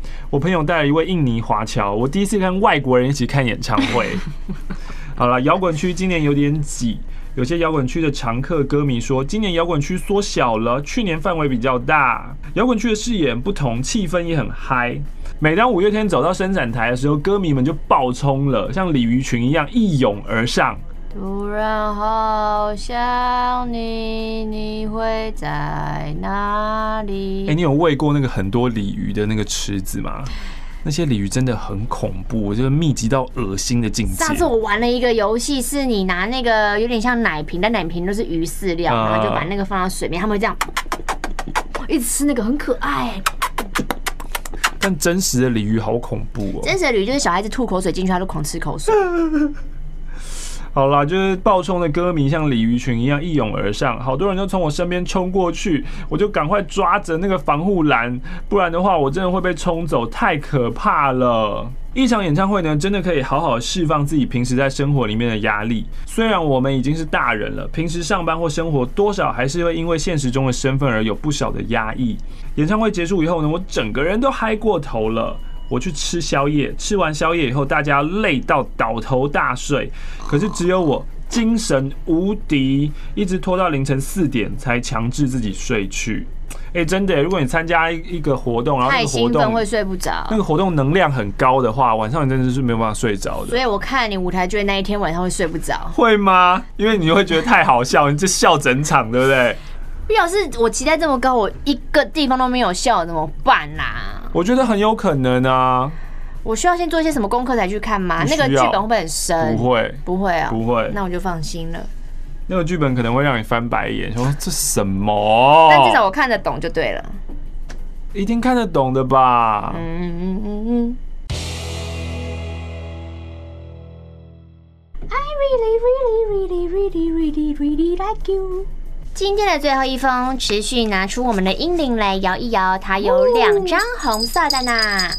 我朋友带了一位印尼华侨，我第一次跟外国人一起看演唱会。好了，摇滚区今年有点挤，有些摇滚区的常客歌迷说，今年摇滚区缩小了，去年范围比较大，摇滚区的视野不同，气氛也很嗨。每当五月天走到伸展台的时候，歌迷们就爆冲了，像鲤鱼群一样一涌而上。 突然好想你，你会在哪里？ 哎、欸，你有喂过那个很多鲤鱼的那个池子吗？那些鲤鱼真的很恐怖，就是密集到恶心的境界。 上次我玩了一个游戏，是你拿那个有点像奶瓶，但奶瓶都是鱼饲料，然后就把那个放到水面，他们会这样一直吃那个，很可爱。 但真实的鲤鱼好恐怖哦！ 真实的鲤鱼就是小孩子吐口水进去，他就狂吃口水。 好啦，就是爆冲的歌迷像鲤鱼群一样一涌而上，好多人就从我身边冲过去，我就赶快抓着那个防护栏，不然的话我真的会被冲走，太可怕了。一场演唱会呢，真的可以好好释放自己平时在生活里面的压力。虽然我们已经是大人了，平时上班或生活多少还是会因为现实中的身份而有不少的压抑。演唱会结束以后呢，我整个人都嗨过头了。我去吃宵夜，吃完宵夜以后，大家累到倒头大睡，可是只有我精神无敌，一直拖到凌晨四点才强制自己睡去。哎、欸，真的，如果你参加一个活动，然后那个活动会睡不着， 那个活动能量很高的话，晚上你真的是没有办法睡着的。 所以我看你舞台剧那一天晚上会睡不着， 会吗？因为你会觉得太好笑，你就笑整场，对不对？ 要是我期待这么高，我一个地方都没有笑，怎么办啦、啊？ 我觉得很有可能啊。 我需要先做一些什么功课才去看吗？那个剧本会不会很深？ 不会， 不会啊， 不会。 那我就放心了。 那个剧本可能会让你翻白眼，说这什么？ 但至少我看得懂就对了。 一定看得懂的吧？ 嗯嗯嗯嗯。I really, really, really, really, really, really like you。今天的最后一封，持续拿出我们的英灵来摇一摇，它有两张红色的呢。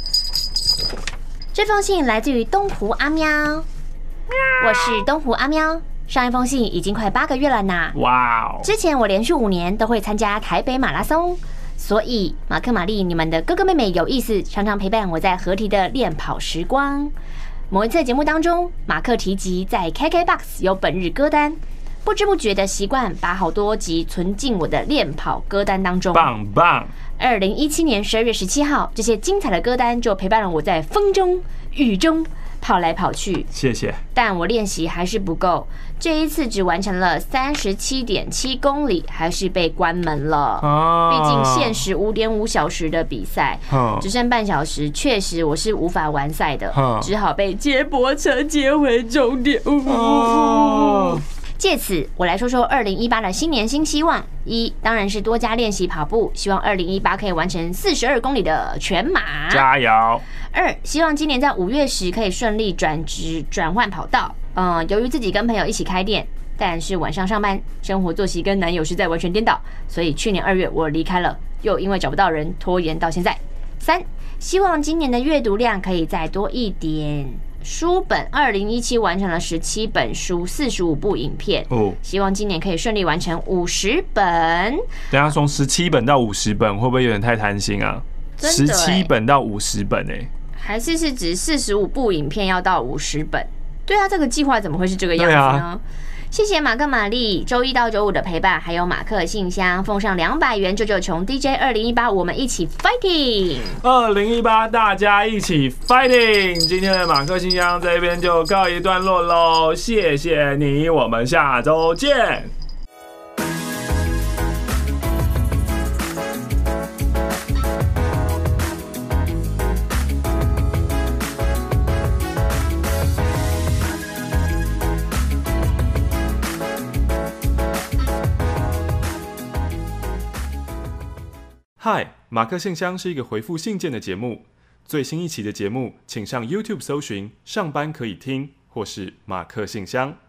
这封信来自于东湖阿喵，我是东湖阿喵。上一封信已经快八个月了呢。 哇哦！ 之前我连续五年都会参加台北马拉松，所以马克、玛丽，你们的哥哥妹妹有意思，常常陪伴我在合体的练跑时光。某一次节目当中，马克提及在 K K B O X 有本日歌单。不知不觉的习惯，把好多集存进我的练跑歌单当中。 棒棒！ 二零一七年十二月十七号，这些精彩的歌单就陪伴了我在风中、雨中跑来跑去。 谢谢。但我练习还是不够，这一次只完成了三十七点七公里，还是被关门了。啊、毕竟限时五点五小时的比赛，啊、只剩半小时，确实我是无法完赛的，啊、只好被接驳车接回终点。啊借此，我来说说二零一八的新年新希望。一，当然是多加练习跑步，希望二零一八可以完成四十二公里的全马， 加油。 二，希望今年在五月时可以顺利转职转换跑道。嗯，由于自己跟朋友一起开店，但是晚上上班，生活作息跟男友实在完全颠倒，所以去年二月我离开了，又因为找不到人拖延到现在。三，希望今年的阅读量可以再多一点。书本二零一七完成了十七本书，四十五部影片。哦，希望今年可以顺利完成五十本。 等下从十七本到五十本，会不会有点太贪心啊？十七本到五十本哎、欸， 还是是指四十五部影片要到五十本？对啊，这个计划怎么会是这个样子呢？谢谢马克、玛丽周一到周五的陪伴，还有马克信箱奉上两百元九九穷 D J 二零一八，我们一起 fighting！ 二零一八大家一起 fighting！ 今天的马克信箱这边就告一段落喽，谢谢你，我们下周见。嗨，马克信箱是一个回复信件的节目。最新一期的节目，请上 YouTube 搜寻"上班可以听"或是"马克信箱"。